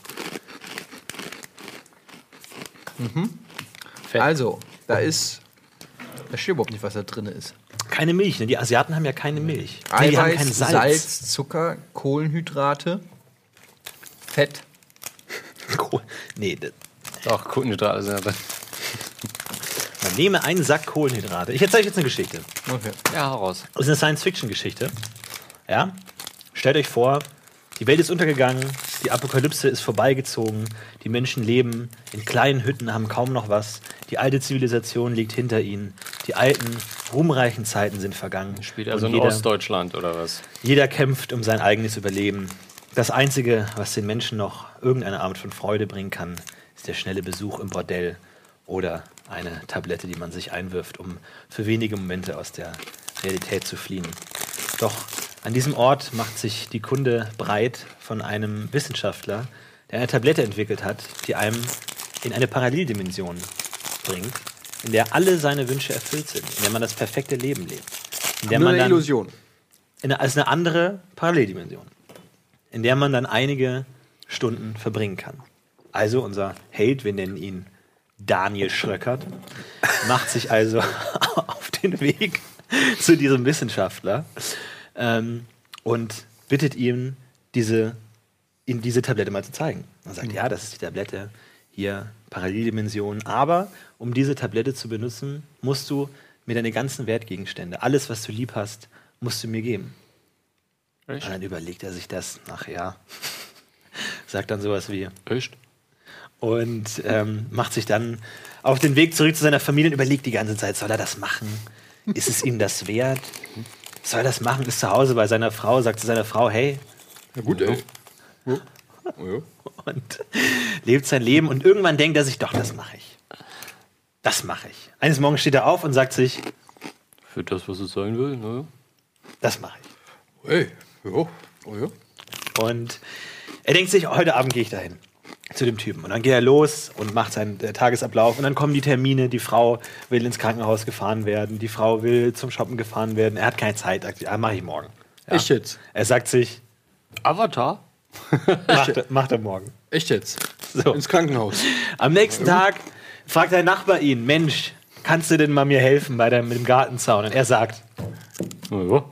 Fett. Also, da ist, da steht überhaupt nicht, was da drinne ist. Keine Milch, ne? Die Asiaten haben ja keine Milch. Nee, die haben Eiweiß, kein Salz. Salz, Zucker, Kohlenhydrate, Fett. Kohl- Nee, das- Doch, Kohlenhydrate sind ja drin. man nehme einen Sack Kohlenhydrate. Ich erzähle euch jetzt eine Geschichte. Okay. Ja, heraus. Das ist eine Science-Fiction-Geschichte. Ja? Stellt euch vor, die Welt ist untergegangen, die Apokalypse ist vorbeigezogen, die Menschen leben in kleinen Hütten, haben kaum noch was, die alte Zivilisation liegt hinter ihnen, die alten, ruhmreichen Zeiten sind vergangen. Spielt also Und in jeder, Ostdeutschland oder was? jeder kämpft um sein eigenes Überleben. Das Einzige, was den Menschen noch irgendeine Art von Freude bringen kann, ist der schnelle Besuch im Bordell oder eine Tablette, die man sich einwirft, um für wenige Momente aus der Realität zu fliehen. Doch an diesem Ort macht sich die Kunde breit von einem Wissenschaftler, der eine Tablette entwickelt hat, die einem in eine Paralleldimension bringt, in der alle seine Wünsche erfüllt sind, in der man das perfekte Leben lebt. In der Nur man eine dann Illusion. in eine, als eine andere Paralleldimension, in der man dann einige Stunden verbringen kann. Also unser Held, wir nennen ihn Daniel Schröckert, macht sich also auf den Weg zu diesem Wissenschaftler ähm, und bittet ihm, diese, ihm diese Tablette mal zu zeigen. Er sagt, ja, das ist die Tablette, hier Paralleldimension, aber um diese Tablette zu benutzen, musst du mir deine ganzen Wertgegenstände, alles, was du lieb hast, musst du mir geben. Echt? Und dann überlegt er sich das, ach ja, sagt dann sowas wie, Echt? und ähm, macht sich dann auf den Weg zurück zu seiner Familie und überlegt die ganze Zeit, soll er das machen? Ist es ihm das wert? Soll er das machen? Ist zu Hause bei seiner Frau, sagt zu seiner Frau, hey, Ja gut, ey. und lebt sein Leben und irgendwann denkt er sich, doch, das mache ich. Das mache ich. Eines Morgens steht er auf und sagt sich, Für das, was es sein will, ne? das mache ich. Hey, jo, oh ja. Und er denkt sich, heute Abend gehe ich dahin zu dem Typen. Und dann geht er los und macht seinen äh, Tagesablauf. Und dann kommen die Termine. Die Frau will ins Krankenhaus gefahren werden. Die Frau will zum Shoppen gefahren werden. Er hat keine Zeit. Er sagt, ah, mache ich morgen. Ja. Echt jetzt? Er sagt sich, Avatar? macht, er- macht er morgen. Echt jetzt? So. Ins Krankenhaus. Am nächsten Tag fragt der Nachbar ihn, Mensch, kannst du denn mal mir helfen bei deinem, mit dem Gartenzaun? Und er sagt, Ja. und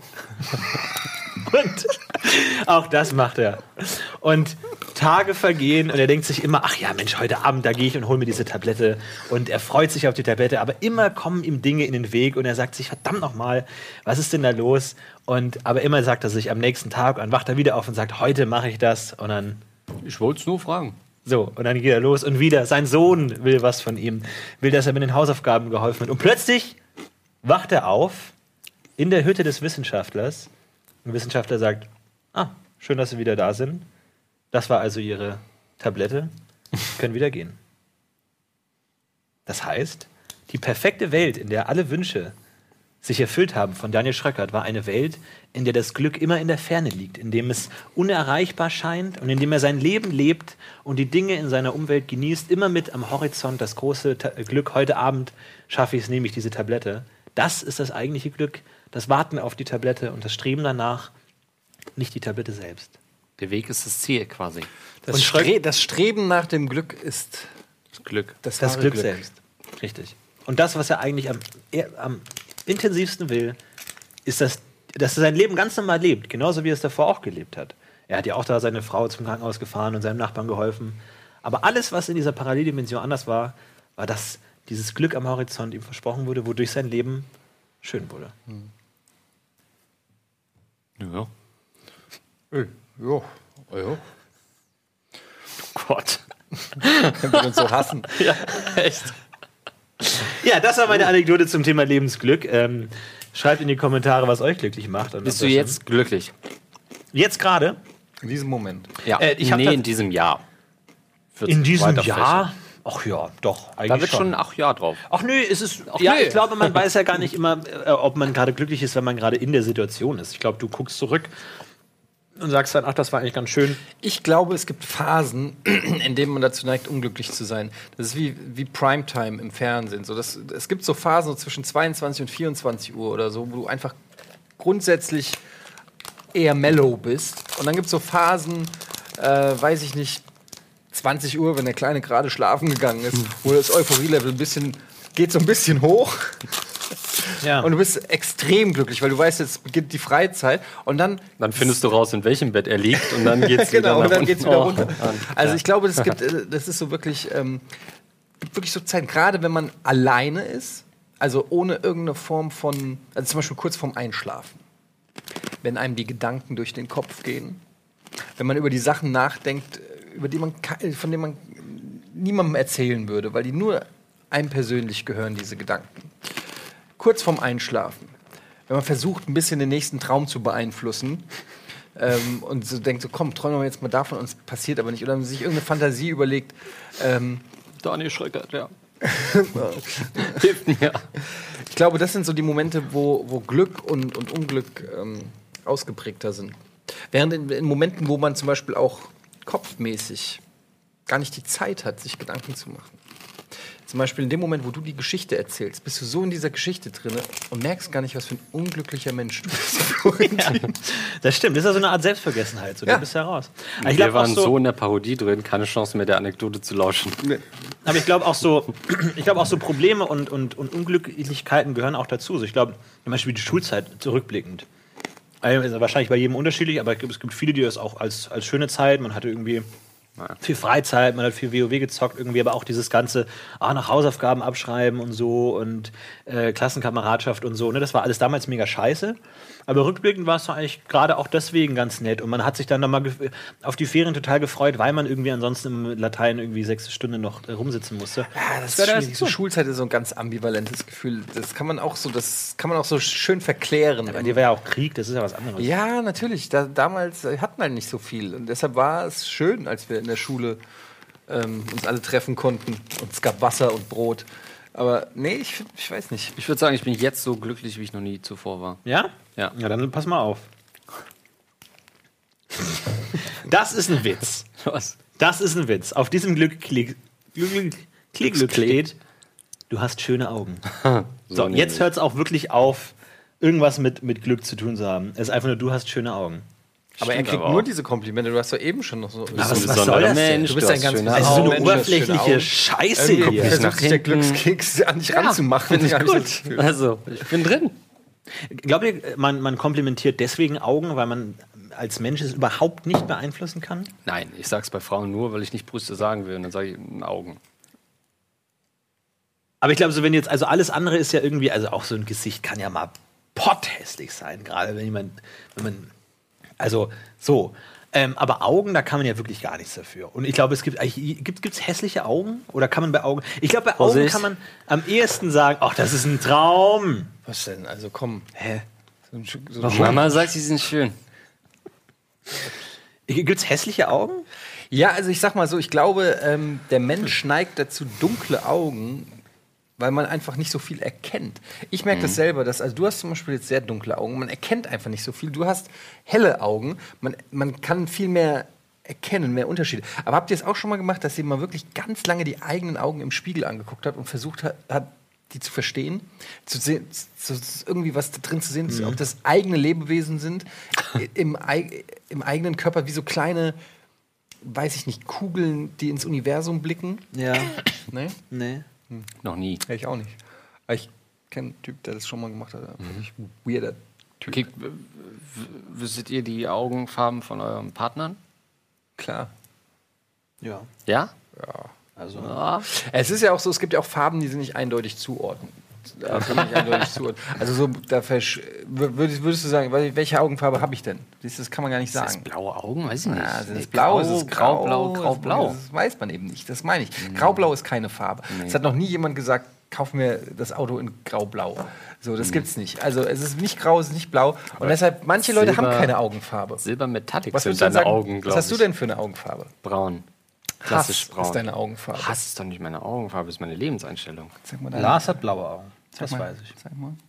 auch das macht er. Und Tage vergehen und er denkt sich immer, ach ja, Mensch, heute Abend, da gehe ich und hole mir diese Tablette. Und er freut sich auf die Tablette, aber immer kommen ihm Dinge in den Weg und er sagt sich, verdammt nochmal, was ist denn da los? Und, aber immer sagt er sich am nächsten Tag und dann wacht er wieder auf und sagt, heute mache ich das. Und dann, Ich wollte es nur fragen. so, und dann geht er los und wieder, sein Sohn will was von ihm, will, dass er mit den Hausaufgaben geholfen wird. Und plötzlich wacht er auf in der Hütte des Wissenschaftlers. Ein Wissenschaftler sagt, ah, schön, dass Sie wieder da sind. Das war also Ihre Tablette. Sie können wieder gehen. Das heißt, die perfekte Welt, in der alle Wünsche sich erfüllt haben von Daniel Schröckert, war eine Welt, in der das Glück immer in der Ferne liegt, in dem es unerreichbar scheint und in dem er sein Leben lebt und die Dinge in seiner Umwelt genießt, immer mit am Horizont das große Ta- Glück, heute Abend schaffe ich es, nehme ich diese Tablette. Das ist das eigentliche Glück, das Warten auf die Tablette und das Streben danach, nicht die Tablette selbst. Der Weg ist das Ziel quasi. Das, Und Stre das Streben nach dem Glück ist Das Glück. das, Das wahre Glück, selbst. Richtig. Und das, was er eigentlich am, er, am intensivsten will, ist, dass, dass er sein Leben ganz normal lebt. Genauso wie er es davor auch gelebt hat. Er hat ja auch da seine Frau zum Krankenhaus gefahren und seinem Nachbarn geholfen. Aber alles, was in dieser Paralleldimension anders war, war, dass dieses Glück am Horizont ihm versprochen wurde, wodurch sein Leben schön wurde. Ja. Ey, jo, oh ja. Gott. Wenn wir uns so hassen. Ja, echt. Ja, das war meine Anekdote zum Thema Lebensglück. Ähm, schreibt in die Kommentare, was euch glücklich macht. Und Bist ob du das jetzt glücklich? stimmt. Jetzt gerade? In diesem Moment. Ja. Äh, ich hab nee, das- in diesem Jahr. Wird's In diesem weiterfächern. Jahr? Ach ja, doch. Eigentlich Da wird schon ein Ach ja drauf. Ach nö, es ist. Ach ja, nee. ich glaube, man weiß ja gar nicht immer, äh, ob man gerade glücklich ist, wenn man gerade in der Situation ist. Ich glaube, du guckst zurück und sagst dann, ach, das war eigentlich ganz schön. Ich glaube, es gibt Phasen, in denen man dazu neigt, unglücklich zu sein. Das ist wie, wie Primetime im Fernsehen. So, das, es gibt so Phasen so zwischen zweiundzwanzig und vierundzwanzig Uhr oder so, wo du einfach grundsätzlich eher mellow bist. Und dann gibt es so Phasen, äh, weiß ich nicht, zwanzig Uhr, wenn der Kleine gerade schlafen gegangen ist, wo das Euphorie-Level ein bisschen, geht so ein bisschen hoch. Ja. Und du bist extrem glücklich, weil du weißt, jetzt beginnt die Freizeit. Und dann Dann findest du raus, in welchem Bett er liegt und dann geht's wieder genau, nach und dann unten. geht's wieder Oh, runter. Mann. Also ich glaube, das gibt, äh, das ist so wirklich, ähm, gibt wirklich so Zeiten, gerade wenn man alleine ist, also ohne irgendeine Form von, also zum Beispiel kurz vorm Einschlafen, wenn einem die Gedanken durch den Kopf gehen, wenn man über die Sachen nachdenkt, über die man, ke- von denen man niemandem erzählen würde, weil die nur einem persönlich gehören, diese Gedanken. Kurz vorm Einschlafen, wenn man versucht, ein bisschen den nächsten Traum zu beeinflussen, ähm, und so denkt so, komm, träumen wir jetzt mal davon, und es passiert aber nicht. Oder man sich irgendeine Fantasie überlegt. Ähm, Daniel Schröckert, ja. Hilft mir. ich glaube, das sind so die Momente, wo, wo Glück und, und Unglück ähm, ausgeprägter sind. Während in, in Momenten, wo man zum Beispiel auch kopfmäßig gar nicht die Zeit hat, sich Gedanken zu machen. Zum Beispiel in dem Moment, wo du die Geschichte erzählst, bist du so in dieser Geschichte drin und merkst gar nicht, was für ein unglücklicher Mensch du bist. Ja, das stimmt. Das ist ja so eine Art Selbstvergessenheit. So, Ja. Du bist ja raus. Aber ich Wir glaube auch waren so, so, in der Parodie drin, keine Chance mehr, der Anekdote zu lauschen. aber ich glaube auch so, ich glaube auch so Probleme und, und, und Unglücklichkeiten gehören auch dazu. So, ich glaube, zum Beispiel die Schulzeit zurückblickend. Also wahrscheinlich bei jedem unterschiedlich, aber es gibt viele, die das auch als, als schöne Zeit, man hatte irgendwie viel Freizeit, man hat viel WoW gezockt irgendwie, aber auch dieses ganze, ah, nach Hausaufgaben abschreiben und so und äh, Klassenkameradschaft und so, ne, das war alles damals mega scheiße. Aber rückblickend war es doch eigentlich gerade auch deswegen ganz nett und man hat sich dann nochmal auf die Ferien total gefreut, weil man irgendwie ansonsten im Latein irgendwie sechs Stunden noch äh, rumsitzen musste. Ja, das war ist da schwierig. So Schulzeit ist so ein ganz ambivalentes Gefühl. Das kann man auch so, das kann man auch so schön verklären. Bei dir war ja auch Krieg, das ist ja was anderes. Ja, natürlich. Da, damals äh, hatten wir nicht so viel. Und deshalb war es schön, als wir in der Schule ähm, uns alle treffen konnten. Und es gab Wasser und Brot. Aber nee, ich, ich weiß nicht. Ich würde sagen, ich bin jetzt so glücklich, wie ich noch nie zuvor war. Ja? Ja. Ja, dann pass mal auf. Das ist ein Witz. Was? Das ist ein Witz. Auf diesem Glück, Klick, Glück, Glück, Klick, Glück steht, du hast schöne Augen. So, nee, jetzt nicht. hört es auch wirklich auf, irgendwas mit, mit Glück zu tun zu haben. Es ist einfach nur, du hast schöne Augen. Aber er Stimmt kriegt aber nur auch. diese Komplimente. Du hast doch eben schon noch so. Aber ein was, was besonderer soll das denn? Mensch, Du bist du ein hast ganz schöne Also so Augen. eine Mensch, das ist oberflächliche schöne Augen. Scheiße Irgendwie hier. versucht nach sich der hinten. Glückskeks an dich ranzumachen. Finde ich hab so das gut. Gefühl. Also, ich bin drin. Glaubt ihr, man, man komplimentiert deswegen Augen, weil man als Mensch es überhaupt nicht beeinflussen kann? Nein, ich sag's bei Frauen nur, weil ich nicht Brüste sagen will. Und dann sage ich Augen. Aber ich glaube, so wenn jetzt, also alles andere ist ja irgendwie, also auch so ein Gesicht kann ja mal potthässlich sein, gerade wenn jemand, wenn man, also so. Ähm, aber Augen, da kann man ja wirklich gar nichts dafür. Und ich glaube, es gibt, gibt gibt's hässliche Augen? Oder kann man bei Augen, ich glaube, bei Augen Vorsicht. kann man am ehesten sagen, ach, das ist ein Traum. Was denn? Also komm. Hä? So ein, Sch- so ein Mama sagt, sie sind schön. Gibt es hässliche Augen? Ja, also ich sag mal so, ich glaube, ähm, der Mensch neigt dazu, dunkle Augen, weil man einfach nicht so viel erkennt. Ich merke das selber, dass, also du hast zum Beispiel jetzt sehr dunkle Augen, man erkennt einfach nicht so viel. Du hast helle Augen, man, man kann viel mehr erkennen, mehr Unterschiede. Aber habt ihr es auch schon mal gemacht, dass ihr mal wirklich ganz lange die eigenen Augen im Spiegel angeguckt habt und versucht hat, hat die zu verstehen, zu sehen, zu, zu, irgendwie was da drin zu sehen, mhm. ob das eigene Lebewesen sind, im, eig- im eigenen Körper, wie so kleine, weiß ich nicht, Kugeln, die ins Universum blicken? Ja. Ne? Nee. Noch nie. Ja, ich auch nicht. Aber ich kenne einen Typ, der das schon mal gemacht hat. Wirklich ein weirder Typ. Okay, w- w- wüsstet ihr die Augenfarben von euren Partnern? Klar. Ja. Ja? Also. Ja. Es ist ja auch so, es gibt ja auch Farben, die sind nicht eindeutig zuordnen. Da kann man nicht eindeutig zuordnen. Also so, da versch- wür- würdest, würdest du sagen, wel- welche Augenfarbe habe ich denn? Siehst du, Das kann man gar nicht Ist das sagen. blaue Augen? Weiß ich nicht. Ja, sind Nee, es blau, grau, ist es grau, graublau, graublau. Das weiß man eben nicht, das meine ich. Graublau ist keine Farbe. Es hat noch nie jemand gesagt, kauf mir das Auto in graublau. So, das gibt's nicht. Also es ist nicht grau, es ist nicht blau. Und deshalb, manche Leute haben Silber- keine Augenfarbe. Silber Metallic Was sind würdest du denn deine sagen? Augen, Was glaube hast du ich. denn für eine Augenfarbe? Braun. Hass Klassisch braun. ist deine Augenfarbe. Hass ist doch nicht meine Augenfarbe, ist meine Lebenseinstellung. Sag mal deine. Lars hat blaue Augen. Sag Das mal, weiß ich. Sag mal.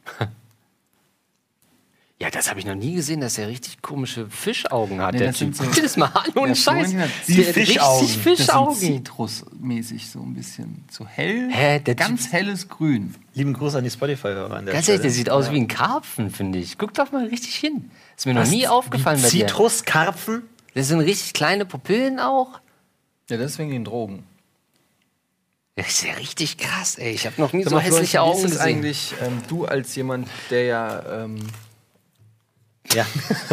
Ja, das habe ich noch nie gesehen, dass er richtig komische Fischaugen hat. Nee, der das sind Typ. so- Guck dir das mal an, ohne Ja, Scheiß. Florian hat Die die Fischaugen. Fischaugen. Richtig Fischaugen. Zitrusmäßig so ein bisschen. So hell. Hä, der ganz Typ- helles Grün. Lieben Gruß an die Spotify-Hörer an der Ganz Stelle. ehrlich, der sieht aus wie ein Karpfen, finde ich. Guck doch mal richtig hin. Ist mir noch nie aufgefallen bei dir. Zitruskarpfen? Das sind richtig kleine Pupillen auch. Ja, das ist wegen den Drogen. Das ist ja richtig krass, ey. Ich habe noch nie Sag so mal, hässliche Florian, wie Augen ist es gesehen. eigentlich, ähm, du als jemand, der ja, ähm, Ja.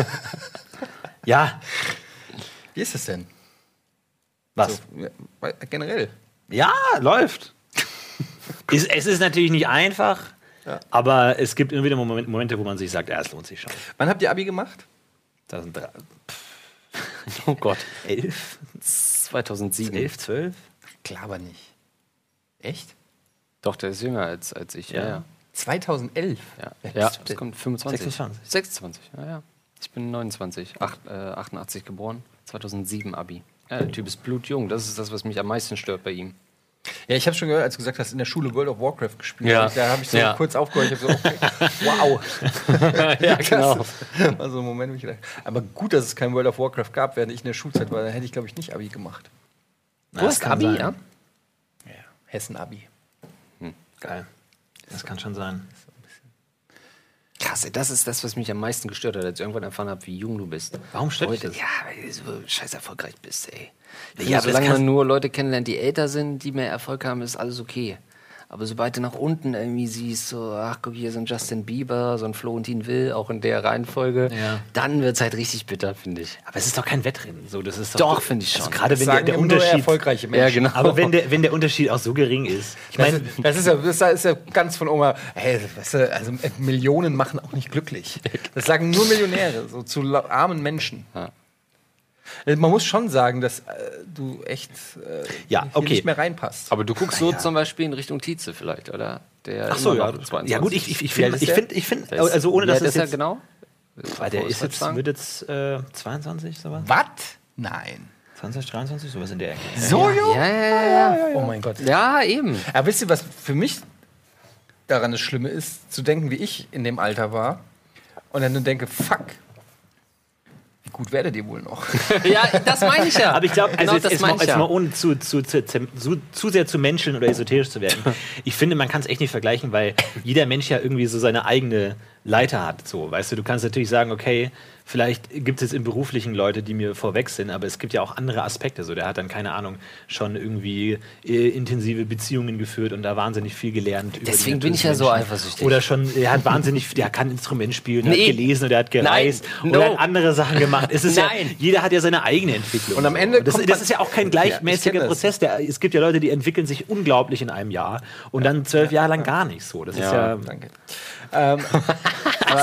Ja. wie ist es denn? Was? So, ja, weil- generell. Ja, läuft. es, es ist natürlich nicht einfach, Ja. aber es gibt immer wieder Momente, Momente, wo man sich sagt, ja, es lohnt sich schon. Wann habt ihr Abi gemacht? Da sind drei, Oh Gott. elf, zweitausendsieben. elf, zwölf? Klar, aber nicht. Echt? Doch, der ist jünger als, als ich. Ja, Ja. ja. zweitausendelf? Ja, Wer ja bist du es denn? kommt fünfundzwanzig. sechsundzwanzig. sechsundzwanzig, ja, ja. Ich bin neunundzwanzig, acht, äh, achtundachtzig geboren, zweitausendsieben Abi. Ja, der Typ ist blutjung, das ist das, was mich am meisten stört bei ihm. Ja, ich habe schon gehört, als du gesagt hast, in der Schule World of Warcraft gespielt. Ja. Da habe ich so Ja. kurz aufgehört. Ich habe so, okay, wow. ja, genau. Das war so ein Moment, wo ich gedacht aber gut, dass es kein World of Warcraft gab, während ich in der Schulzeit war. Da hätte ich, glaube ich, nicht Abi gemacht. Na, Du das hast kann Abi, sein. ja? Ja, Hessen-Abi. Geil. Das kann schon sein. Krass, ey, das ist das, was mich am meisten gestört hat, als ich irgendwann erfahren habe, wie jung du bist. Warum stört dich Heute, das? ja, weil du so scheiß erfolgreich bist, ey. Ich Ja, finde, aber das solange kannst- man nur Leute kennenlernt, die älter sind, die mehr Erfolg haben, ist alles okay. Aber sobald du nach unten irgendwie siehst, so, ach guck, hier so ein Justin Bieber, so ein Florentin Will, auch in der Reihenfolge, Ja. dann wird es halt richtig bitter, finde ich. Aber es ist doch kein Wettrennen. So, das ist Doch, finde ich schon. Also gerade Das wenn der, sagen der immer nur Unterschied. erfolgreiche Menschen. Ja, genau. Aber wenn der, wenn der Unterschied auch so gering ist. Ich Das, meine, ist, das, ist ja, das ist ja ganz von Oma. Hey, weißt du, also äh, Millionen machen auch nicht glücklich. Das sagen nur Millionäre, so zu lau- armen Menschen. Ja. Äh, Man muss schon sagen, dass äh, du echt äh, Ja, hier okay. nicht mehr reinpasst. Aber du guckst so zum Beispiel in Richtung Tietze vielleicht, oder? Der ach so, immer ja. noch zweiundzwanzig. Ja gut, ich, ich, ich Wie alt finde, ist ich der? finde, ich finde, Der ist- also ohne wie dass alt es ist er jetzt, genau? Ah, der ist Vorher jetzt, sagen? wird jetzt äh, zweiundzwanzig, sowas? Was? Nein. zwanzig, dreiundzwanzig, sowas in der Ecke. So jung? Ja, ja, ja, ja. Oh mein Gott. Ja, eben. Aber wisst ihr, was für mich daran das Schlimme ist, zu denken, wie ich in dem Alter war. Und dann denke, fuck, wie gut werdet ihr wohl noch? Ja, das meine ich ja. Aber ich glaube, also Genau jetzt, das jetzt, meine mal, ich jetzt ja. mal ohne zu, zu, zu, zu, zu sehr zu menscheln oder esoterisch zu werden. Ich finde, man kann es echt nicht vergleichen, weil jeder Mensch ja irgendwie so seine eigene Leiter hat. So, weißt du, du kannst natürlich sagen, okay, vielleicht gibt es im Beruflichen Leute, die mir vorweg sind, aber es gibt ja auch andere Aspekte. So, der hat dann, keine Ahnung, schon irgendwie äh, intensive Beziehungen geführt und da wahnsinnig viel gelernt. Über Deswegen die bin ich ja so Menschen. eifersüchtig. Oder schon, er hat wahnsinnig, der kann Instrument spielen, der Nee. hat gelesen oder der hat gereist Nein. oder No. hat andere Sachen gemacht. Es ist Nein. ja, jeder hat ja seine eigene Entwicklung. Und am Ende das, kommt das man- ist ja auch kein Ja, ich gleichmäßiger kenn das. Prozess. Der, es gibt ja Leute, die entwickeln sich unglaublich in einem Jahr und dann zwölf Jahre lang gar nicht so. Das ist ja. Danke. Ähm, aber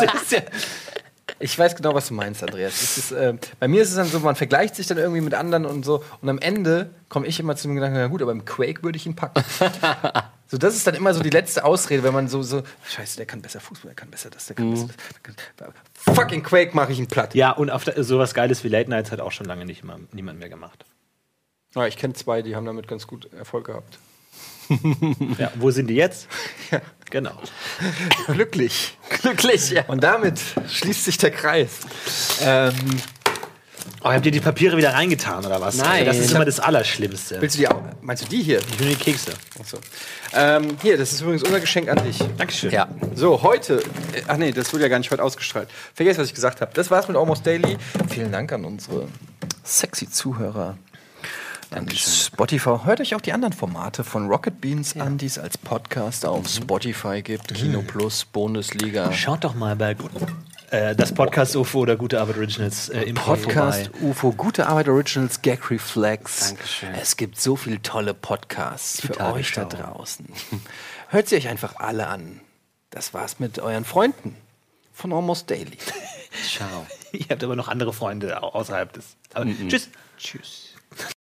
ich weiß genau, was du meinst, Andreas. Es ist, äh, bei mir ist es dann so, man vergleicht sich dann irgendwie mit anderen und so. Und am Ende komme ich immer zu dem Gedanken, na gut, aber im Quake würde ich ihn packen. So, das ist dann immer so die letzte Ausrede, wenn man so, so scheiße, der kann besser Fußball, der kann besser das, der kann besser das. Fucking Quake mache ich ihn platt. Ja, und auf der, sowas Geiles wie Late Nights hat auch schon lange nicht mal, niemand mehr gemacht. Ja, ich kenne zwei, die haben damit ganz gut Erfolg gehabt. Ja, wo sind die jetzt? Genau. Glücklich. Glücklich, ja. Und damit schließt sich der Kreis. Ähm, Oh, habt ihr die Papiere wieder reingetan oder was? Nein. Das ist immer das Allerschlimmste. willst du die auch? Meinst du die hier? Ich will die Kekse. Achso. Ähm, hier, das ist übrigens unser Geschenk an dich. Dankeschön. Ja. So, heute. Äh, ach nee, das wurde ja gar nicht heute ausgestrahlt. Vergesst, was ich gesagt habe. Das war's mit Almost Daily. Vielen Dank an unsere sexy Zuhörer. An Spotify. Hört euch auch die anderen Formate von Rocket Beans an, die es als Podcast auf Spotify gibt. Kino Plus, Bundesliga. Schaut doch mal bei äh, das Podcast U F O oder Gute Arbeit Originals äh, im Podcast U F O, Gute Arbeit Originals, Gag Reflex. Dankeschön. Es gibt so viele tolle Podcasts für Tagesschau. euch da draußen. Hört sie euch einfach alle an. Das war's mit euren Freunden von Almost Daily. Ciao. Ihr habt aber noch andere Freunde au- außerhalb des. Aber tschüss. Tschüss.